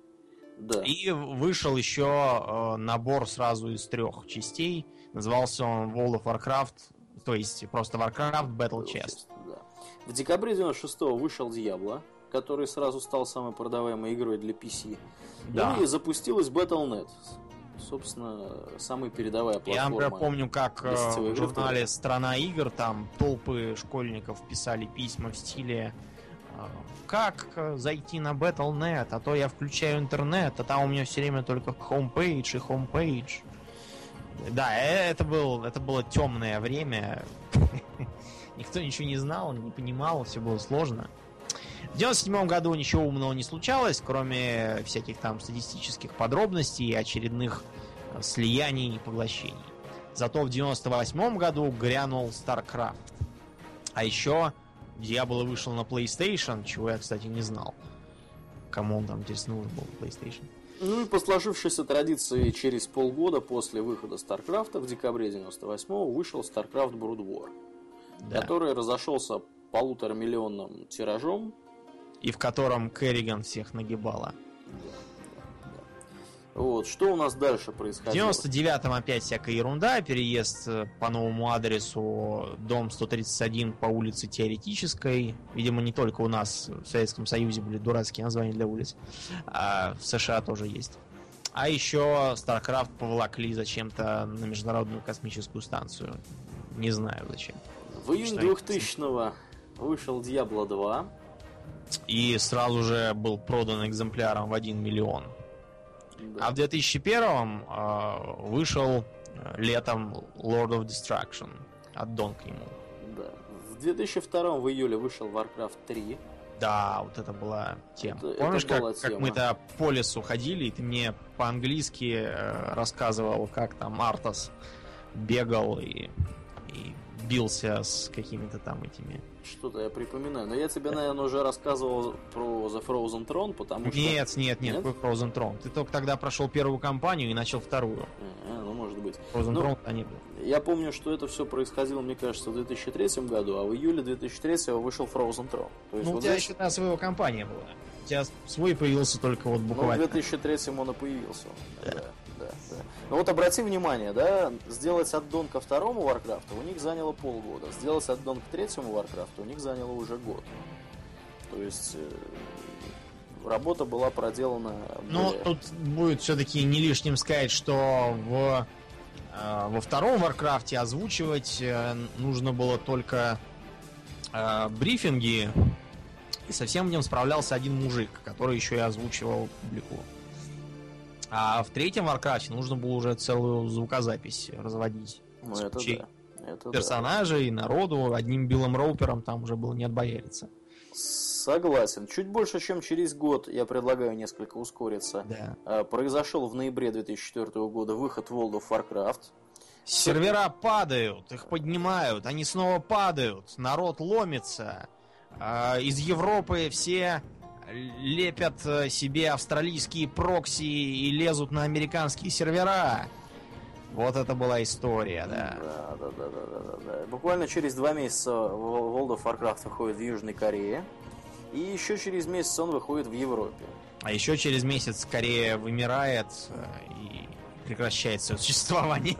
Да. И вышел еще э, набор сразу из трех частей. Назывался он World of Warcraft, то есть просто Warcraft Battle Chest. Да. В декабре девяносто шестого вышел Diablo, который сразу стал самой продаваемой игрой для пи си. Да. Ну и запустилась Battle точка нет. Собственно, самая передовая платформа. Я помню, как э, в журнале игры. «Страна игр» там толпы школьников писали письма в стиле э, «Как зайти на Battle точка нет, а то я включаю интернет, а там у меня все время только homepage и homepage». Да, это, был, это было темное время. Никто ничего не знал, не понимал, все было сложно. В девяносто седьмом году ничего умного не случалось, кроме всяких там статистических подробностей и очередных слияний и поглощений. Зато в девяносто восьмом году грянул StarCraft. А еще Diablo вышел на PlayStation, чего я, кстати, не знал. Кому он там, интересно, нужен был PlayStation. Ну и по сложившейся традиции через полгода после выхода StarCraft в декабре девяносто восьмого вышел StarCraft Brood War, да. который разошелся полуторамиллионным тиражом. И в котором Керриган всех нагибала. Да, да, да. Вот, что у нас дальше происходило? В девяносто девятом опять всякая ерунда. Переезд по новому адресу, дом сто тридцать один по улице Теоретической. Видимо, не только у нас в Советском Союзе были дурацкие названия для улиц, а в США тоже есть. А еще StarCraft поволокли зачем-то на Международную космическую станцию. Не знаю зачем. В июне двухтысячного вышел Diablo два. И сразу же был продан экземпляром в один миллион. Да. А в две тысячи первом э, вышел летом Lord of Destruction. Аддон к нему. Да. В две тысячи втором в июле вышел Warcraft три. Да, вот это была тема. Это, Помнишь, это как, тема. как мы-то по лесу ходили, и ты мне по-английски э, рассказывал, как там Артас бегал и, и бился с какими-то там этими... Что-то я припоминаю. Но я тебе, наверное, уже рассказывал про The Frozen Throne, потому что... Нет, нет, нет, нет? про Frozen Throne. Ты только тогда прошел первую кампанию и начал вторую. А, ну, может быть. Frozen ну, Throne не было. Я помню, что это все происходило, мне кажется, в две тысячи третьем году, а в июле две тысячи третьего вышел Frozen Throne. То есть ну, вот у тебя здесь... еще тогда своего компания была. У тебя свой появился только вот буквально. Ну, в две тысячи третьем он и появился. Да, да, да. да. Ну вот обрати внимание, да, сделать аддон ко второму Warcraft у них заняло полгода, сделать аддон к третьему Warcraft у них заняло уже год. То есть э, работа была проделана. Ну, более... тут будет все-таки не лишним сказать, что в э, во втором Warcraft озвучивать э, нужно было только э, брифинги, и со всем этим справлялся один мужик, который еще и озвучивал публику. А в третьем Warcraft нужно было уже целую звукозапись разводить. Ну, это да. Это персонажей, да. народу, одним Биллом Роупером там уже было не отбояриться. Согласен. Чуть больше, чем через год, я предлагаю несколько ускориться. Да. Произошел в ноябре две тысячи четвёртого года выход World of Warcraft. Сервера падают, их поднимают, они снова падают, народ ломится. Из Европы все лепят себе австралийские прокси и лезут на американские сервера. Вот это была история, да. Да, да, да, да, да, да. Буквально через два месяца World of Warcraft выходит в Южной Корее. И еще через месяц он выходит в Европе. А еще через месяц Корея вымирает и прекращает свое существование.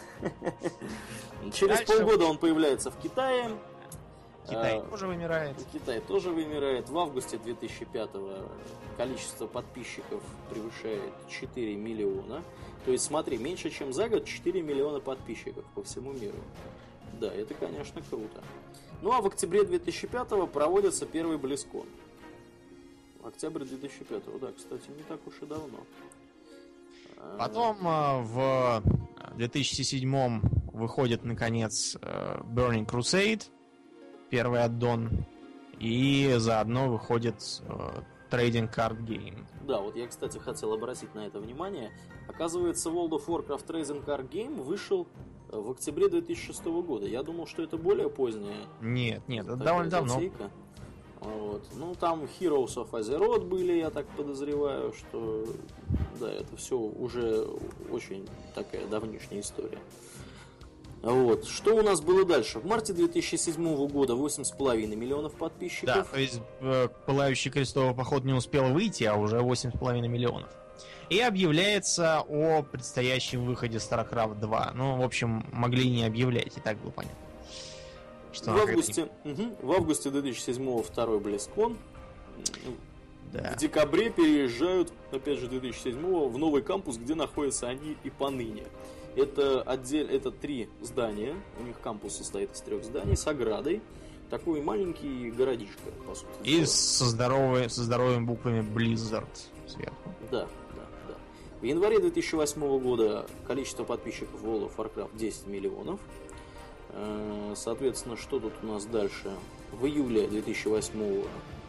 Через полгода он появляется в Китае. Китай а, тоже вымирает. Китай тоже вымирает. В августе две тысячи пятого количество подписчиков превышает четыре миллиона. То есть, смотри, меньше чем за год четыре миллиона подписчиков по всему миру. Да, это, конечно, круто. Ну, а в октябре две тысячи пятого проводится первый BlizzCon. Октябрь две тысячи пятого, да, кстати, не так уж и давно. Потом в две тысячи седьмом выходит, наконец, Burning Crusade, первый аддон, и заодно выходит Trading Card Game. Да, вот я, кстати, хотел обратить на это внимание. Оказывается, World of Warcraft Trading Card Game вышел в октябре две тысячи шестого года. Я думал, что это более позднее. Нет, нет, это довольно давно. Вот. Ну, там Heroes of Azeroth были, я так подозреваю, что да, это все уже очень такая давнишняя история. Вот. Что у нас было дальше? В марте две тысячи седьмого года восемь с половиной миллионов подписчиков. Да, то есть э, Пылающий крестовый поход не успел выйти, а уже восемь с половиной миллионов. И объявляется о предстоящем выходе StarCraft два. Ну, в общем, могли не объявлять, и так было понятно. Что в, августе, не... угу, в августе две тысячи седьмого второй BlizzCon. Да. В декабре переезжают, опять же, две тысячи седьмого в новый кампус, где находятся они и поныне. Это, отдель, это три здания, у них кампус состоит из трех зданий с оградой. Такой маленький городишко, по сути. И со, здоровой, со здоровыми буквами Blizzard сверху. Да, да, да. В январе две тысячи восьмого года количество подписчиков в World of Warcraft десять миллионов. Соответственно, что тут у нас дальше? В июле две тысячи восьмого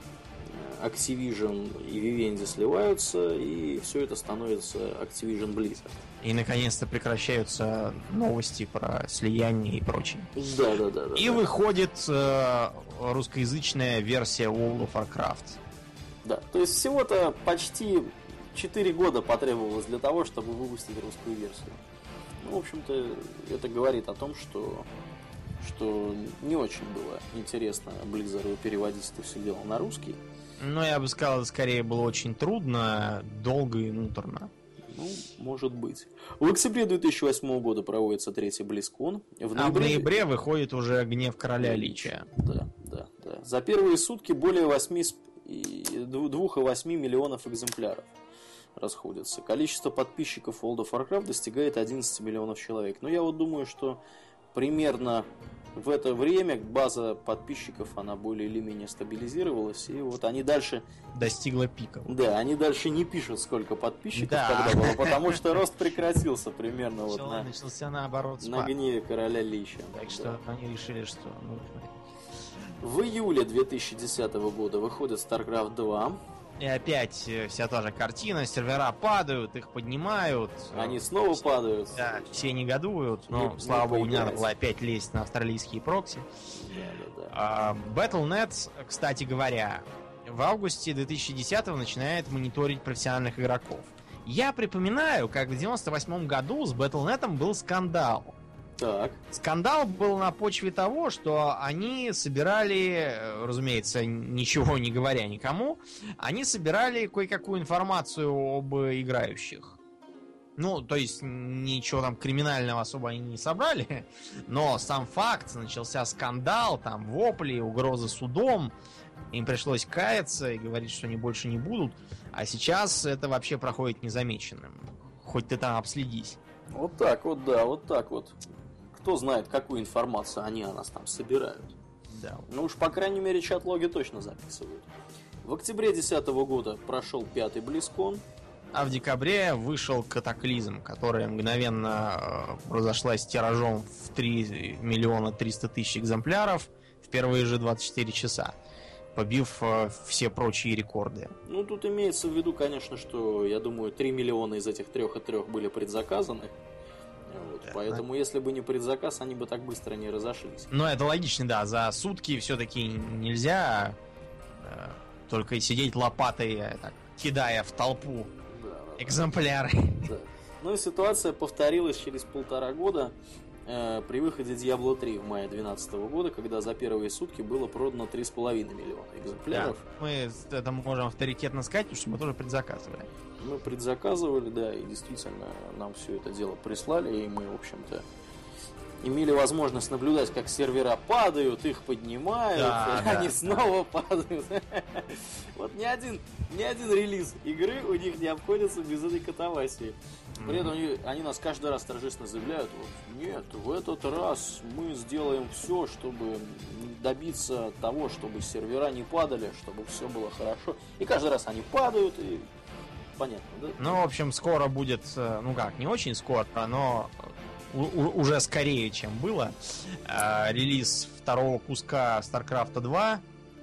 Activision и Vivendi сливаются, и все это становится Activision Blizzard. И наконец-то прекращаются новости про слияние и прочее. Да, да, да. И да, выходит э, русскоязычная версия World of Warcraft. Да, то есть всего-то почти четыре года потребовалось для того, чтобы выпустить русскую версию. Ну, в общем-то, это говорит о том, что, что не очень было интересно Blizzard переводить это все дело на русский. Ну, я бы сказал, это скорее было очень трудно, долго и муторно. Ну, может быть. В октябре две тысячи восьмого года проводится третий BlizzCon. В ноябре... А в ноябре выходит уже Гнев Короля Личия. Да, да, да. За первые сутки более восьми, двух и восьми миллионов экземпляров расходятся. Количество подписчиков World of Warcraft достигает одиннадцать миллионов человек. Но я вот думаю, что примерно в это время база подписчиков, она более или менее стабилизировалась, и вот они дальше... Достигла пика. Да, они дальше не пишут, сколько подписчиков да. тогда было, потому что рост прекратился примерно Начало, вот на... Начался наоборот на гневе Короля Лича. Так что да. Они решили, что... Ну, в июле две тысячи десятого года выходит StarCraft два. И опять вся та же картина, сервера падают, их поднимают. Они снова все, падают. Да, все негодуют, но, не, слава не богу, не надо было опять лезть на австралийские прокси. Да, да, да. А, батл точка нет, кстати говоря, в августе две тысячи десятого начинает мониторить профессиональных игроков. Я припоминаю, как в девяносто восьмом году с батл точка нет был скандал. Так. Скандал был на почве того, что они собирали, разумеется, ничего не говоря никому, они собирали кое-какую информацию об играющих. Ну, то есть, ничего там криминального особо они не собрали, но сам факт, начался скандал, там вопли, угрозы судом, им пришлось каяться и говорить, что они больше не будут, а сейчас это вообще проходит незамеченным. Хоть ты там обследись. Вот так вот, да, вот так вот. Кто знает, какую информацию они о нас там собирают. Да. Ну уж, по крайней мере, чат-логи точно записывают. В октябре две тысячи десятого года прошел пятый BlizzCon. А в декабре вышел Катаклизм, которая мгновенно э, разошлась тиражом в три миллиона триста тысяч экземпляров в первые же двадцать четыре часа, побив э, все прочие рекорды. Ну, тут имеется в виду, конечно, что, я думаю, три миллиона из этих трех и трех были предзаказаны. Вот, да, поэтому, да. Если бы не предзаказ, они бы так быстро не разошлись. Ну, это логично, да. За сутки все-таки нельзя э, только сидеть лопатой, так, кидая в толпу да, экземпляры. Да. Ну и ситуация повторилась через полтора года э, при выходе Diablo три в мае две тысячи двенадцатого года, когда за первые сутки было продано три с половиной миллиона экземпляров. Да, мы это можем авторитетно сказать, потому что мы тоже предзаказывали. Мы предзаказывали, да, и действительно нам все это дело прислали, и мы, в общем-то, имели возможность наблюдать, как сервера падают, их поднимают, да, они да, снова да. падают. Вот ни один, ни один релиз игры у них не обходится без этой катавасии. При этом они, они нас каждый раз торжественно заявляют, вот, нет, в этот раз мы сделаем все, чтобы добиться того, чтобы сервера не падали, чтобы все было хорошо. И каждый раз они падают, и понятно, да? Ну, в общем, скоро будет, ну как, не очень скоро, но у- уже скорее, чем было, э, релиз второго куска StarCraft два,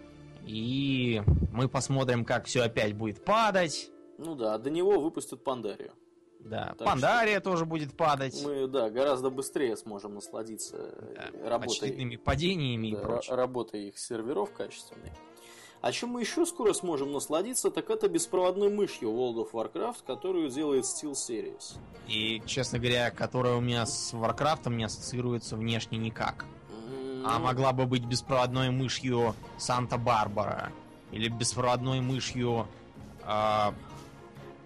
и мы посмотрим, как все опять будет падать. Ну да, до него выпустят Пандарию. Да, так Пандария тоже будет падать. Мы, да, гораздо быстрее сможем насладиться да, работой, очередными падениями да, и прочим. Работой их серверов качественной. А чем мы еще скоро сможем насладиться, так это беспроводной мышью World of Warcraft, которую делает SteelSeries. И, честно говоря, которая у меня с Warcraft не ассоциируется внешне никак. Mm-hmm. А могла бы быть беспроводной мышью Санта-Барбара. Или беспроводной мышью... Э,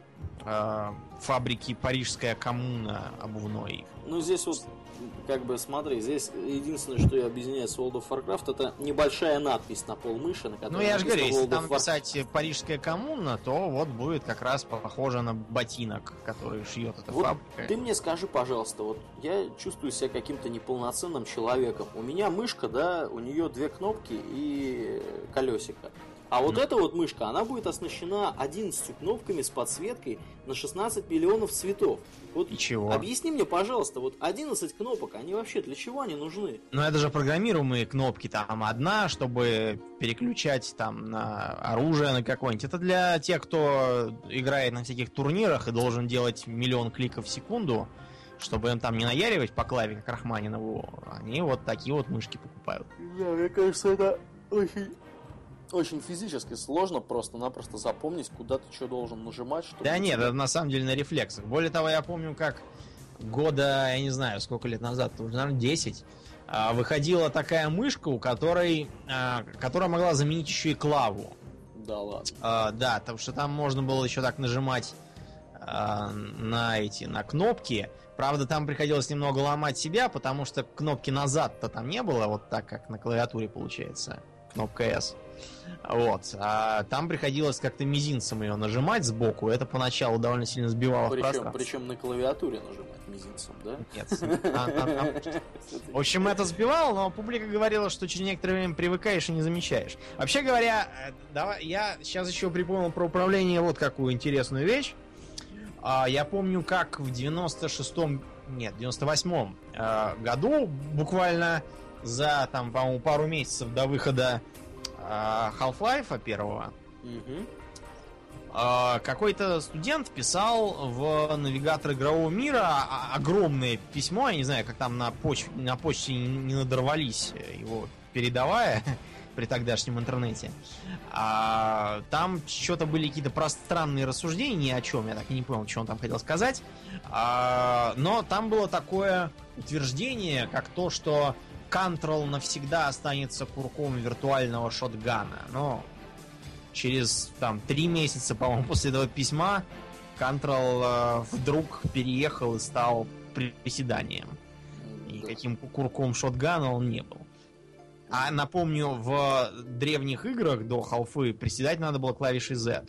э, фабрики Парижская коммуна обувной. Ну, здесь вот, как бы, смотри, здесь единственное, что ее объединяет с World of Warcraft, это небольшая надпись на полмыши, на которой Ну, я же говорю, если World там of War... писать Парижская коммуна, то вот будет как раз похоже на ботинок, который шьет эта вот фабрика. Ты мне скажи, пожалуйста, вот я чувствую себя каким-то неполноценным человеком. У меня мышка, да, у нее две кнопки и колесико. А вот mm. эта вот мышка, она будет оснащена одиннадцатью кнопками с подсветкой на шестнадцать миллионов цветов. Вот и чего? Объясни мне, пожалуйста, вот одиннадцать кнопок, они вообще для чего они нужны? Ну, это же программируемые кнопки, там одна, чтобы переключать там на оружие на какое-нибудь. Это для тех, кто играет на всяких турнирах и должен делать миллион кликов в секунду, чтобы им там не наяривать по клаве, как Рахманинову. Они вот такие вот мышки покупают. Да, мне кажется, это очень... Очень физически сложно просто-напросто запомнить, куда ты что должен нажимать. Чтобы да нет, тебя... это на самом деле на рефлексах. Более того, я помню, как года, я не знаю, сколько лет назад, уже, наверное, десять, выходила такая мышка, у которой, которая могла заменить еще и клаву. Да ладно. А, да, потому что там можно было еще так нажимать а, на эти, на кнопки. Правда, там приходилось немного ломать себя, потому что кнопки назад-то там не было, вот так, как на клавиатуре получается. Кнопка S. Вот. А там приходилось как-то мизинцем ее нажимать сбоку. Это поначалу довольно сильно сбивало причем, в пространство. Причем на клавиатуре нажимать мизинцем, да? Нет. В общем, это сбивало, но публика говорила, что через некоторое время привыкаешь и не замечаешь. Вообще говоря, давай, я сейчас еще припомнил про управление вот какую интересную вещь. Я помню, как в девяносто шестом, нет, в девяносто восьмом году, буквально за, там, по-моему, пару месяцев до выхода Half-Life первого, угу. какой-то студент писал в навигатор игрового мира огромное письмо, я не знаю, как там на, поч- на почте не надорвались его передавая при тогдашнем интернете. А, там что-то были какие-то пространные рассуждения ни о чем, я так и не понял, что он там хотел сказать. А, но там было такое утверждение, как то, что Control навсегда останется курком виртуального шотгана. Но через там три месяца, по-моему, после этого письма Control э, вдруг переехал и стал приседанием. И каким курком шотгана он не был. А напомню, в древних играх до халфы приседать надо было клавишей Z.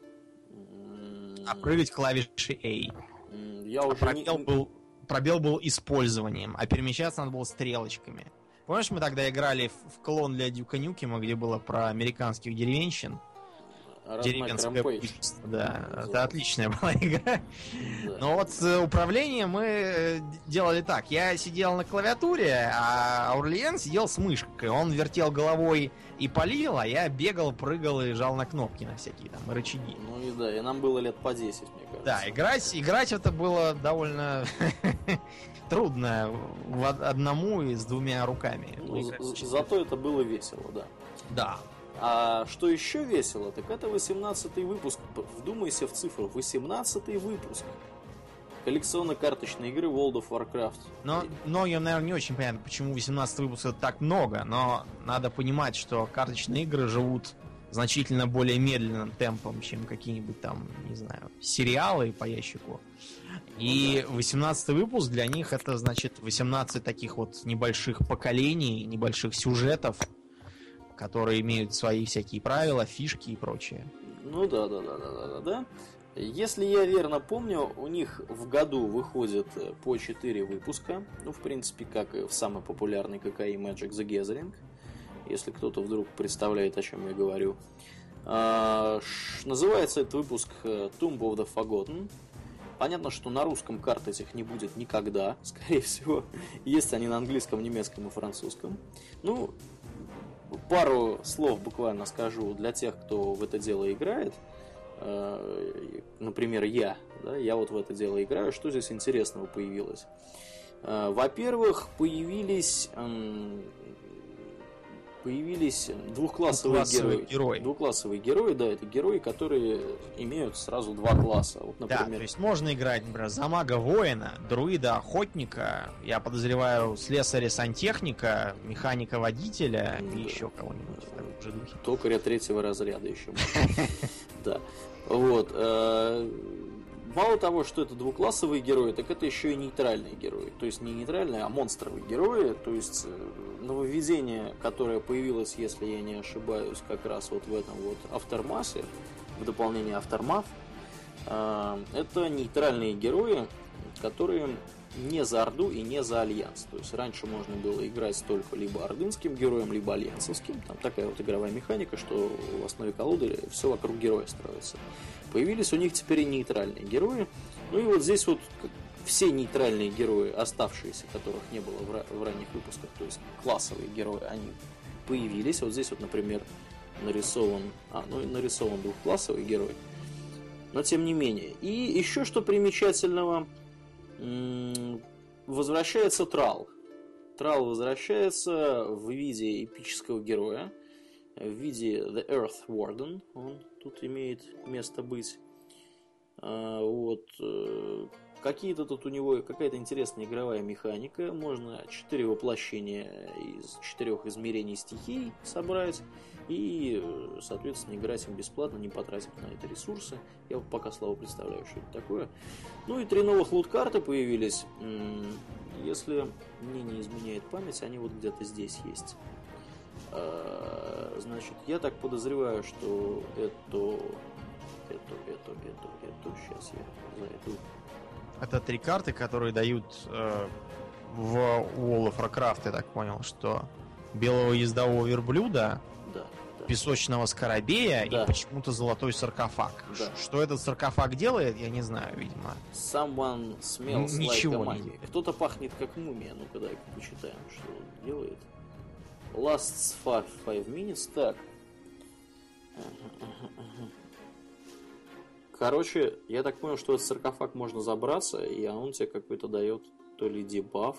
А прыгать клавишей A. Я а уже пробел не... был Пробел был использованием, а перемещаться надо было стрелочками. Помнишь, мы тогда играли в, в клон для Дюка Нюкема, где было про американских деревенщин? Деревенское убийство, да. Это отличная была игра. Да. Но вот управление мы делали так. Я сидел на клавиатуре, а Аурлиен сидел с мышкой. Он вертел головой и палил, а я бегал, прыгал и жал на кнопки на всякие там рычаги. Ну и да, и нам было лет по десять, мне кажется. Да, играть, играть это было довольно трудно одному и с двумя руками. Ну, зато это было весело, да. Да. А что еще весело, так это восемнадцатый выпуск. Вдумайся в цифру. восемнадцатый выпуск коллекционно-карточной игры World of Warcraft. Но многим, наверное, не очень понятно, почему восемнадцатый выпуск это так много, но надо понимать, что карточные игры живут значительно более медленным темпом, чем какие-нибудь там, не знаю, сериалы по ящику. И восемнадцатый выпуск для них это, значит, восемнадцать таких вот небольших поколений, небольших сюжетов, которые имеют свои всякие правила, фишки и прочее. Ну да, да, да, да, да, да, да. Если я верно помню, у них в году выходит по четыре выпуска. Ну, в принципе, как и в самый популярный ка ка и Magic the Gathering. Если кто-то вдруг представляет, о чем я говорю. А, ш, называется этот выпуск Tomb of the Forgotten. Понятно, что на русском карт этих не будет никогда, скорее всего. Есть они на английском, немецком и французском. Ну, пару слов буквально скажу для тех, кто в это дело играет. Например, я. Да, я вот в это дело играю. Что здесь интересного появилось? Во-первых, появились... Появились двухклассовые герои. герои. Двухклассовые герои, да, это герои, которые имеют сразу два класса. Вот, например... Да, то есть можно играть, например, за мага-воина, друида-охотника, я подозреваю, слесаря-сантехника, механика-водителя и еще кого-нибудь в таком же духе. Токаря третьего разряда еще. Да. Вот. мало того, что это двуклассовые герои, так это еще и нейтральные герои. То есть не нейтральные, а монстровые герои. То есть нововведение, которое появилось, если я не ошибаюсь, как раз вот в этом вот Aftermath, в дополнение Aftermath, это нейтральные герои, которые не за Орду и не за Альянс. То есть раньше можно было играть только либо ордынским героем, либо альянсовским. Там такая вот игровая механика, что в основе колоды все вокруг героя строится. Появились у них теперь и нейтральные герои. Ну и вот здесь вот все нейтральные герои, оставшиеся, которых не было в, ра- в ранних выпусках, то есть классовые герои, они появились. Вот здесь вот, например, нарисован, а, ну, нарисован двухклассовый герой. Но тем не менее. И еще что примечательного, возвращается Трал. Трал возвращается в виде эпического героя, в виде The Earth Warden. Он тут имеет место быть. Вот. Какие-то тут у него какая-то интересная игровая механика. Можно четыре воплощения из четырех измерений стихий собрать и, соответственно, играть им бесплатно, не потратив на это ресурсы. Я вот пока слабо представляю, что это такое. Ну и три новых лут-карты появились. Если мне не изменяет память, они вот где-то здесь есть. Значит, я так подозреваю, что это... Это, это, это, это... Сейчас я зайду. Это три карты, которые дают э, в World of Warcraft, я так понял, что белого ездового верблюда, да, да. песочного скоробея да. и почему-то золотой саркофаг. Да. Что этот саркофаг делает, я не знаю, видимо. Someone smells Ничего like a не mummy. делает. Кто-то пахнет как мумия. Ну-ка, дай-ка почитаем, что он делает. Lasts five, five minutes. Так. Короче, я так понял, что этот саркофаг можно забраться, и он тебе какой-то дает то ли дебаф.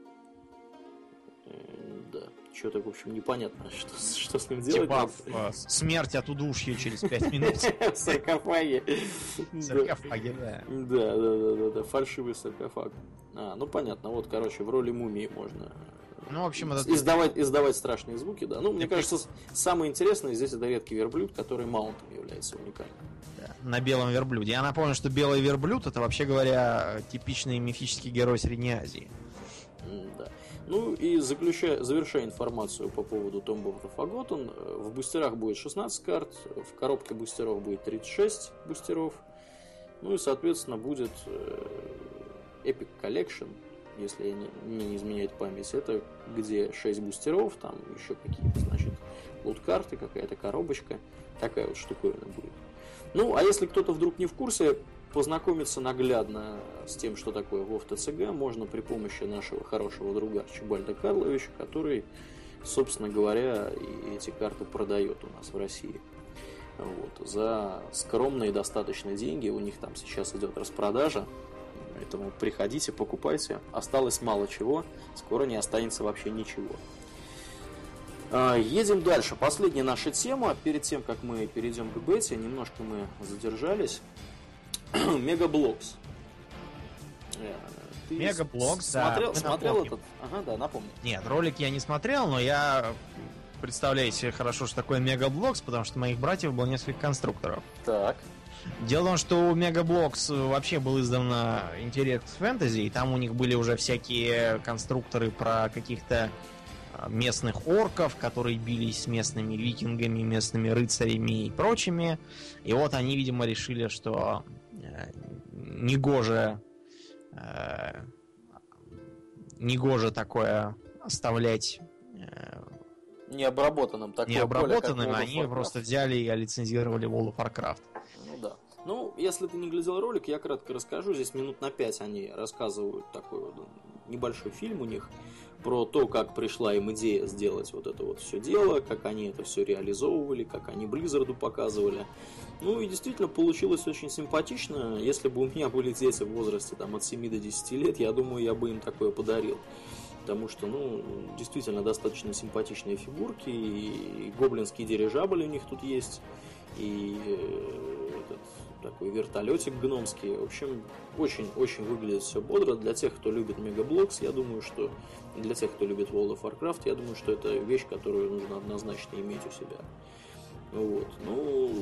Да, что-то, в общем, непонятно, что, что с ним делать. Дебаф, э, смерть от удушья через пять минут. В саркофаге. В саркофаге, да. Да, да, да, да, да, фальшивый саркофаг. А, ну понятно, вот, короче, в роли мумии можно Ну, в общем, это... издавать, издавать страшные звуки, да. Ну, мне кажется, самое интересное здесь это редкий верблюд, который маунтом является уникальным. На белом верблюде. Я напомню, что белый верблюд это, вообще говоря, типичный мифический герой Средней Азии. Да. Ну и заключая, завершая информацию по поводу Tomb of the Forgotten, в бустерах будет шестнадцать карт, в коробке бустеров будет тридцать шесть бустеров, ну и, соответственно, будет Epic Collection, если я не, мне не изменяет память, это где шесть бустеров, там еще какие-то, значит, лут-карты, какая-то коробочка, такая вот штуковина будет. Ну, а если кто-то вдруг не в курсе, познакомиться наглядно с тем, что такое WoW ти си джи, можно при помощи нашего хорошего друга Арчибальда Карловича, который, собственно говоря, и эти карты продает у нас в России. Вот. За скромные достаточно деньги, у них там сейчас идет распродажа, поэтому приходите, покупайте. Осталось мало чего, скоро не останется вообще ничего. Едем дальше. Последняя наша тема. Перед тем, как мы перейдем к бете, немножко мы задержались. Мегаблокс. Мегаблокс, смотрел, да. Смотрел этот? Ага, да, напомню. Нет, ролик я не смотрел, но я представляю себе хорошо, что такое Мегаблокс, потому что у моих братьев было несколько конструкторов. Так. Дело в том, что у Мегаблокс вообще был издан интерес к фэнтези, и там у них были уже всякие конструкторы про каких-то местных орков, которые бились с местными викингами, местными рыцарями и прочими. И вот они, видимо, решили, что э, негоже э, негоже такое оставлять э, необработанным. Такое необработанным, поле, они просто взяли и лицензировали World of Warcraft. Ну да. Ну, если ты не глядел ролик, я кратко расскажу. Здесь минут на пять они рассказывают такой вот небольшой фильм у них про то, как пришла им идея сделать вот это вот все дело, как они это все реализовывали, как они Близзарду показывали. Ну и действительно получилось очень симпатично. Если бы у меня были дети в возрасте там, от семи до десяти лет, я думаю, я бы им такое подарил. Потому что, ну, действительно достаточно симпатичные фигурки, и гоблинский дирижабль у них тут есть, и этот такой вертолетик гномский. В общем, очень-очень выглядит все бодро. Для тех, кто любит Мегаблокс, я думаю, что... Для тех, кто любит World of Warcraft, я думаю, что это вещь, которую нужно однозначно иметь у себя. Вот. Ну,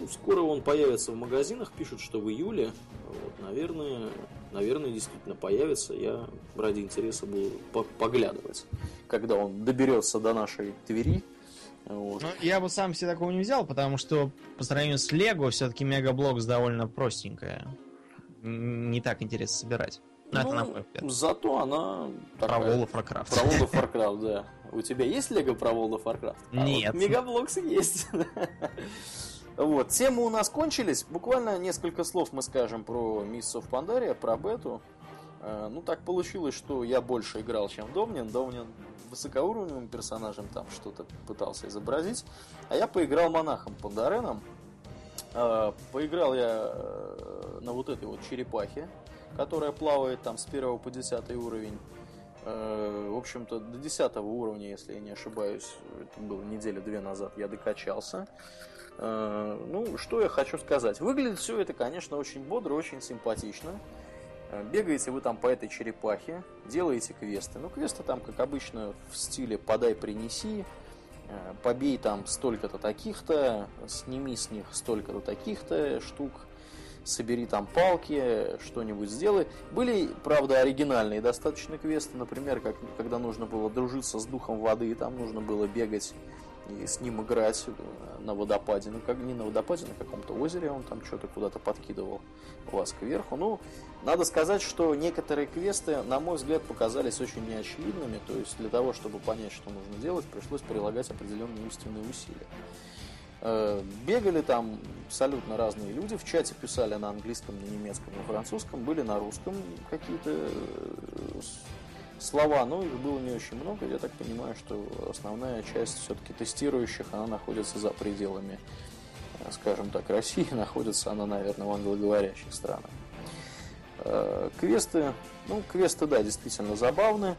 скоро он появится в магазинах, пишут, что в июле. Вот, наверное, наверное, действительно появится. Я ради интереса буду поглядывать, когда он доберется до нашей Твери. Вот. Ну, я бы сам себе такого не взял, потому что по сравнению с Лего все-таки Мегаблокс довольно простенькая. Не так интересно собирать. Ну, это на мой взгляд. Зато она такая... Про World of Warcraft. Про World of Warcraft, да. У тебя есть Лего про World of Warcraft? Нет. А вот Мегаблокс есть. Вот, темы у нас кончились. Буквально несколько слов мы скажем про Mists of Pandaria, про бету. Ну, так получилось, что я больше играл, чем Домнин. Домнин высокоуровневым персонажем там что-то пытался изобразить. А я поиграл монахом Пандареном. Поиграл я на вот этой вот черепахе, которая плавает там с первого по десятый уровень. В общем-то, до десятого уровня, если я не ошибаюсь, это было неделю-две назад, я докачался. Ну, что я хочу сказать. Выглядит все это, конечно, очень бодро, очень симпатично. Бегаете вы там по этой черепахе, делаете квесты. Ну, квесты там, как обычно, в стиле «подай, принеси», «побей там столько-то таких-то», «сними с них столько-то таких-то штук», «собери там палки», что-нибудь сделай. Были, правда, оригинальные достаточно квесты, например, как, когда нужно было дружиться с духом воды, там нужно было бегать и с ним играть на водопаде. Ну, как не на водопаде, на каком-то озере он там что-то куда-то подкидывал вас кверху. Ну, надо сказать, что некоторые квесты, на мой взгляд, показались очень неочевидными. То есть для того, чтобы понять, что нужно делать, пришлось прилагать определенные умственные усилия. Бегали там абсолютно разные люди. В чате писали на английском, на немецком, на французском. Были на русском какие-то слова, но их было не очень много. Я так понимаю, что основная часть все-таки тестирующих, она находится за пределами, скажем так, России. Находится она, наверное, в англоговорящих странах. Квесты, ну, квесты, да, действительно забавны.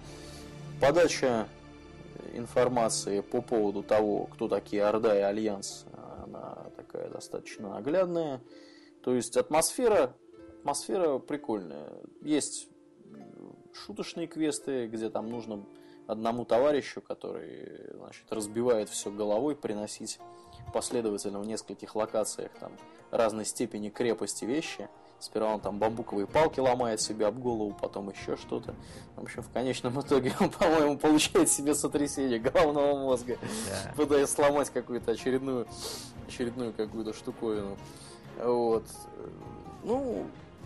Подача информации по поводу того, кто такие Орда и Альянс, она такая достаточно наглядная. То есть атмосфера, атмосфера прикольная. Есть шуточные квесты, где там нужно одному товарищу, который, значит, разбивает все головой, приносить последовательно в нескольких локациях там разной степени крепости вещи. Сперва он там бамбуковые палки ломает себе об голову, потом еще что-то. В общем, в конечном итоге он, по-моему, получает себе сотрясение головного мозга, yeah. пытаясь сломать какую-то очередную, очередную какую-то штуковину. Вот. Ну,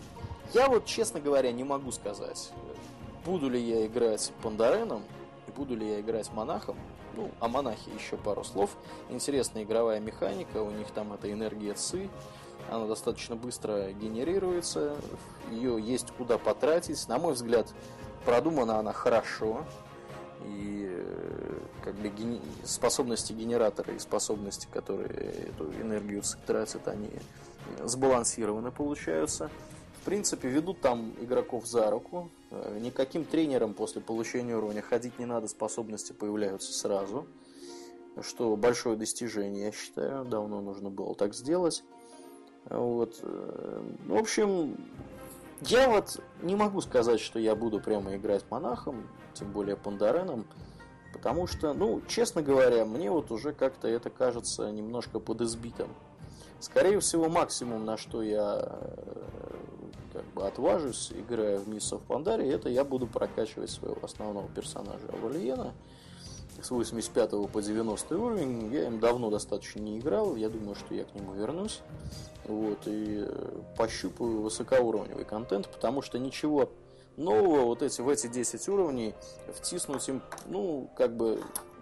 я вот, честно говоря, не могу сказать, буду ли я играть Пандареном и буду ли я играть монахом. Ну, о монахе еще пару слов. Интересная игровая механика, у них там это энергия ци. Она достаточно быстро генерируется, ее есть куда потратить. На мой взгляд, продумана она хорошо. И как бы ген... способности генератора и способности, которые эту энергию тратят, они сбалансированы получаются. В принципе, ведут там игроков за руку. Никаким тренерам после получения уровня ходить не надо, способности появляются сразу. Что большое достижение, я считаю. Давно нужно было так сделать. Вот. В общем, я вот не могу сказать, что я буду прямо играть монахом, тем более Пандареном, потому что, ну, честно говоря, мне вот уже как-то это кажется немножко подизбитым. Скорее всего, максимум, на что я как бы отважусь, играя в Mists of Pandaria, это я буду прокачивать своего основного персонажа Авалиена с восемьдесят пятого по девяностый уровень. Я им давно достаточно не играл, я думаю, что я к нему вернусь. Вот, и пощупаю высокоуровневый контент, потому что ничего нового вот эти, в эти десять уровней втиснуть им, ну, как бы,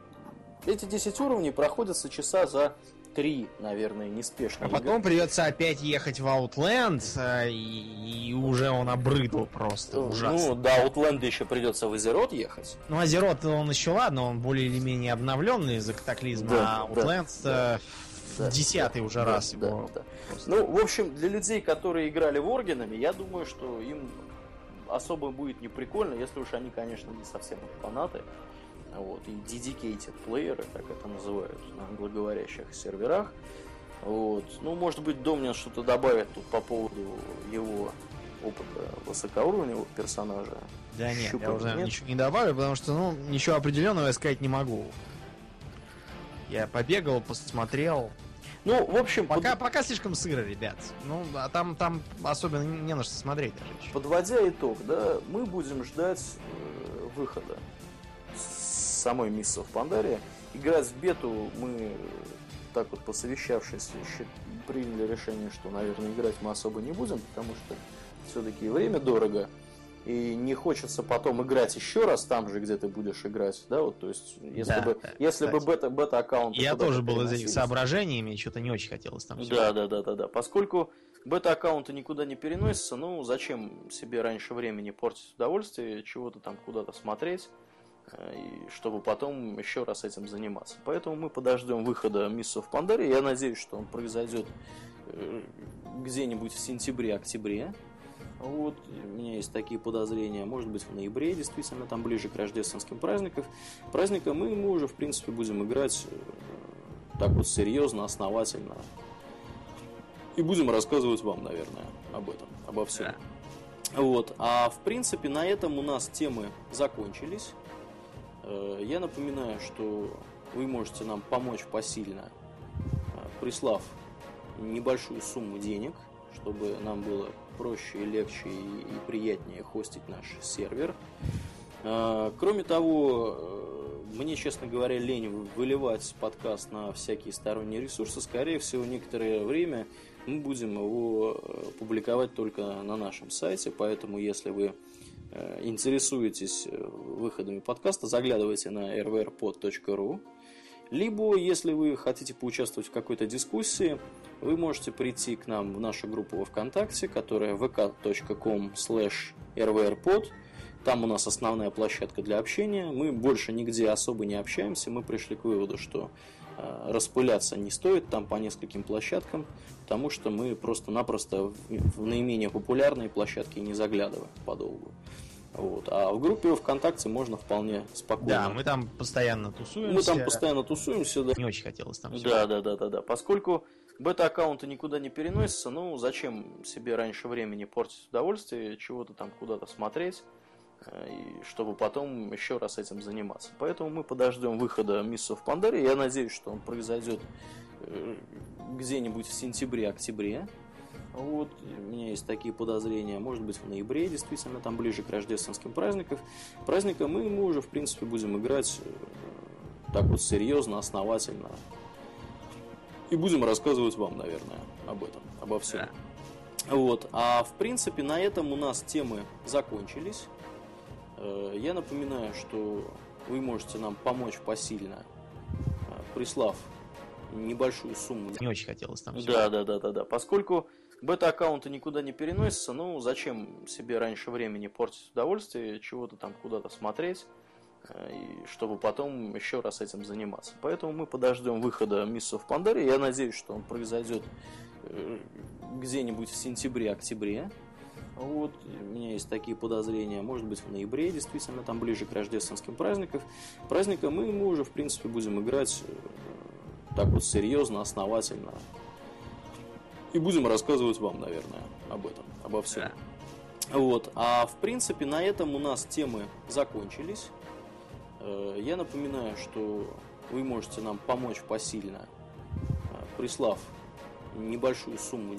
эти десять уровней проходятся часа за три, наверное, неспешно. А потом игры. Придется опять ехать в Outland, и, и уже он обрыдал просто ужасно. Ну, да, Outland еще придется в Азерот ехать. Ну, Азерот, он еще ладно, он более или менее обновленный из-за катаклизма, да, а Outland... Да, да. Десятый да, уже да, раз да, его. Да. Ну, в общем, для людей, которые играли воргенами, я думаю, что им особо будет не прикольно, если уж они, конечно, не совсем фанаты. Вот, и dedicated плееры, как это называют на англоговорящих серверах. Вот. Ну, может быть, Домнин что-то добавит тут по поводу его опыта высокоуровневого персонажа. Да нет, Щупать, я уже нет? ничего не добавлю, потому что, ну, ничего определенного я сказать не могу. Я побегал, посмотрел. Ну, в общем, Пока, под... пока слишком сыро, ребят. Ну, а там, там особенно не на что смотреть даже еще. подводя итог, да, мы будем ждать э, выхода с самой Mists of Pandaria. Играть в бету мы, так вот посовещавшись, еще приняли решение, что, наверное, играть мы особо не будем, потому что все-таки время дорого. И не хочется потом играть еще раз там же, где ты будешь играть, да, вот, то есть, если Да, бы, да, если бы бета, бета-аккаунт... Я тоже был из этих соображений, мне что-то не очень хотелось там. Да, да, да, да, да. Поскольку бета-аккаунты никуда не переносятся, ну, зачем себе раньше времени портить удовольствие, чего-то там куда-то смотреть, и чтобы потом еще раз этим заниматься. Поэтому мы подождем выхода Mists of Pandaria. Я надеюсь, что он произойдет где-нибудь в сентябре-октябре. Вот, у меня есть такие подозрения, может быть в ноябре, действительно, там ближе к рождественским праздникам. Праздникам мы, мы уже, в принципе, будем играть так вот серьезно, основательно. И будем рассказывать вам, наверное, об этом, обо всем. Да. Вот, а в принципе, на этом у нас темы закончились. Я напоминаю, что вы можете нам помочь посильно, прислав небольшую сумму денег, чтобы нам было проще и легче и приятнее хостить наш сервер. Кроме того, мне, честно говоря, лень выливать подкаст на всякие сторонние ресурсы. Скорее всего, некоторое время мы будем его публиковать только на нашем сайте. Поэтому, если вы интересуетесь выходами подкаста, заглядывайте на эр ви эр под точка ру. Либо, если вы хотите поучаствовать в какой-то дискуссии, вы можете прийти к нам в нашу группу во ВКонтакте, которая ви кей точка ком слэш эр ви эр под. Там у нас основная площадка для общения. Мы больше нигде особо не общаемся. Мы пришли к выводу, что э, распыляться не стоит там по нескольким площадкам, потому что мы просто-напросто в, в наименее популярные площадки не заглядываем подолгу. Вот. А в группе ВКонтакте можно вполне спокойно. Да, мы там постоянно тусуемся. Мы там постоянно тусуемся, да. Не очень хотелось там. Да, да, да, да, да. Поскольку бета-аккаунты никуда не переносятся, ну зачем себе раньше времени портить удовольствие, чего-то там куда-то смотреть, и чтобы потом еще раз этим заниматься. Поэтому мы подождем выхода Mists of Pandaria. Я надеюсь, что он произойдет где-нибудь в сентябре-октябре. Вот, у меня есть такие подозрения, может быть в ноябре, действительно, там ближе к рождественским праздникам. Праздникам мы, мы уже, в принципе, будем играть так вот серьезно, основательно. И будем рассказывать вам, наверное, об этом, обо всем. Да. Вот, а в принципе, на этом у нас темы закончились. Я напоминаю, что вы можете нам помочь посильно, прислав небольшую сумму. Не очень хотелось там. Да, да, да, да, да. Поскольку бета-аккаунты никуда не переносятся, ну зачем себе раньше времени портить удовольствие, чего-то там куда-то смотреть, и чтобы потом еще раз этим заниматься. Поэтому мы подождем выхода Mists of Pandaria. Я надеюсь, что он произойдет где-нибудь в сентябре-октябре. Вот, у меня есть такие подозрения, может быть в ноябре, действительно, там ближе к рождественским праздникам. Праздникам мы, мы уже, в принципе, будем играть так вот серьезно, основательно. И будем рассказывать вам, наверное, об этом, обо всем. Да. Вот, а в принципе, на этом у нас темы закончились. Я напоминаю, что вы можете нам помочь посильно, прислав небольшую сумму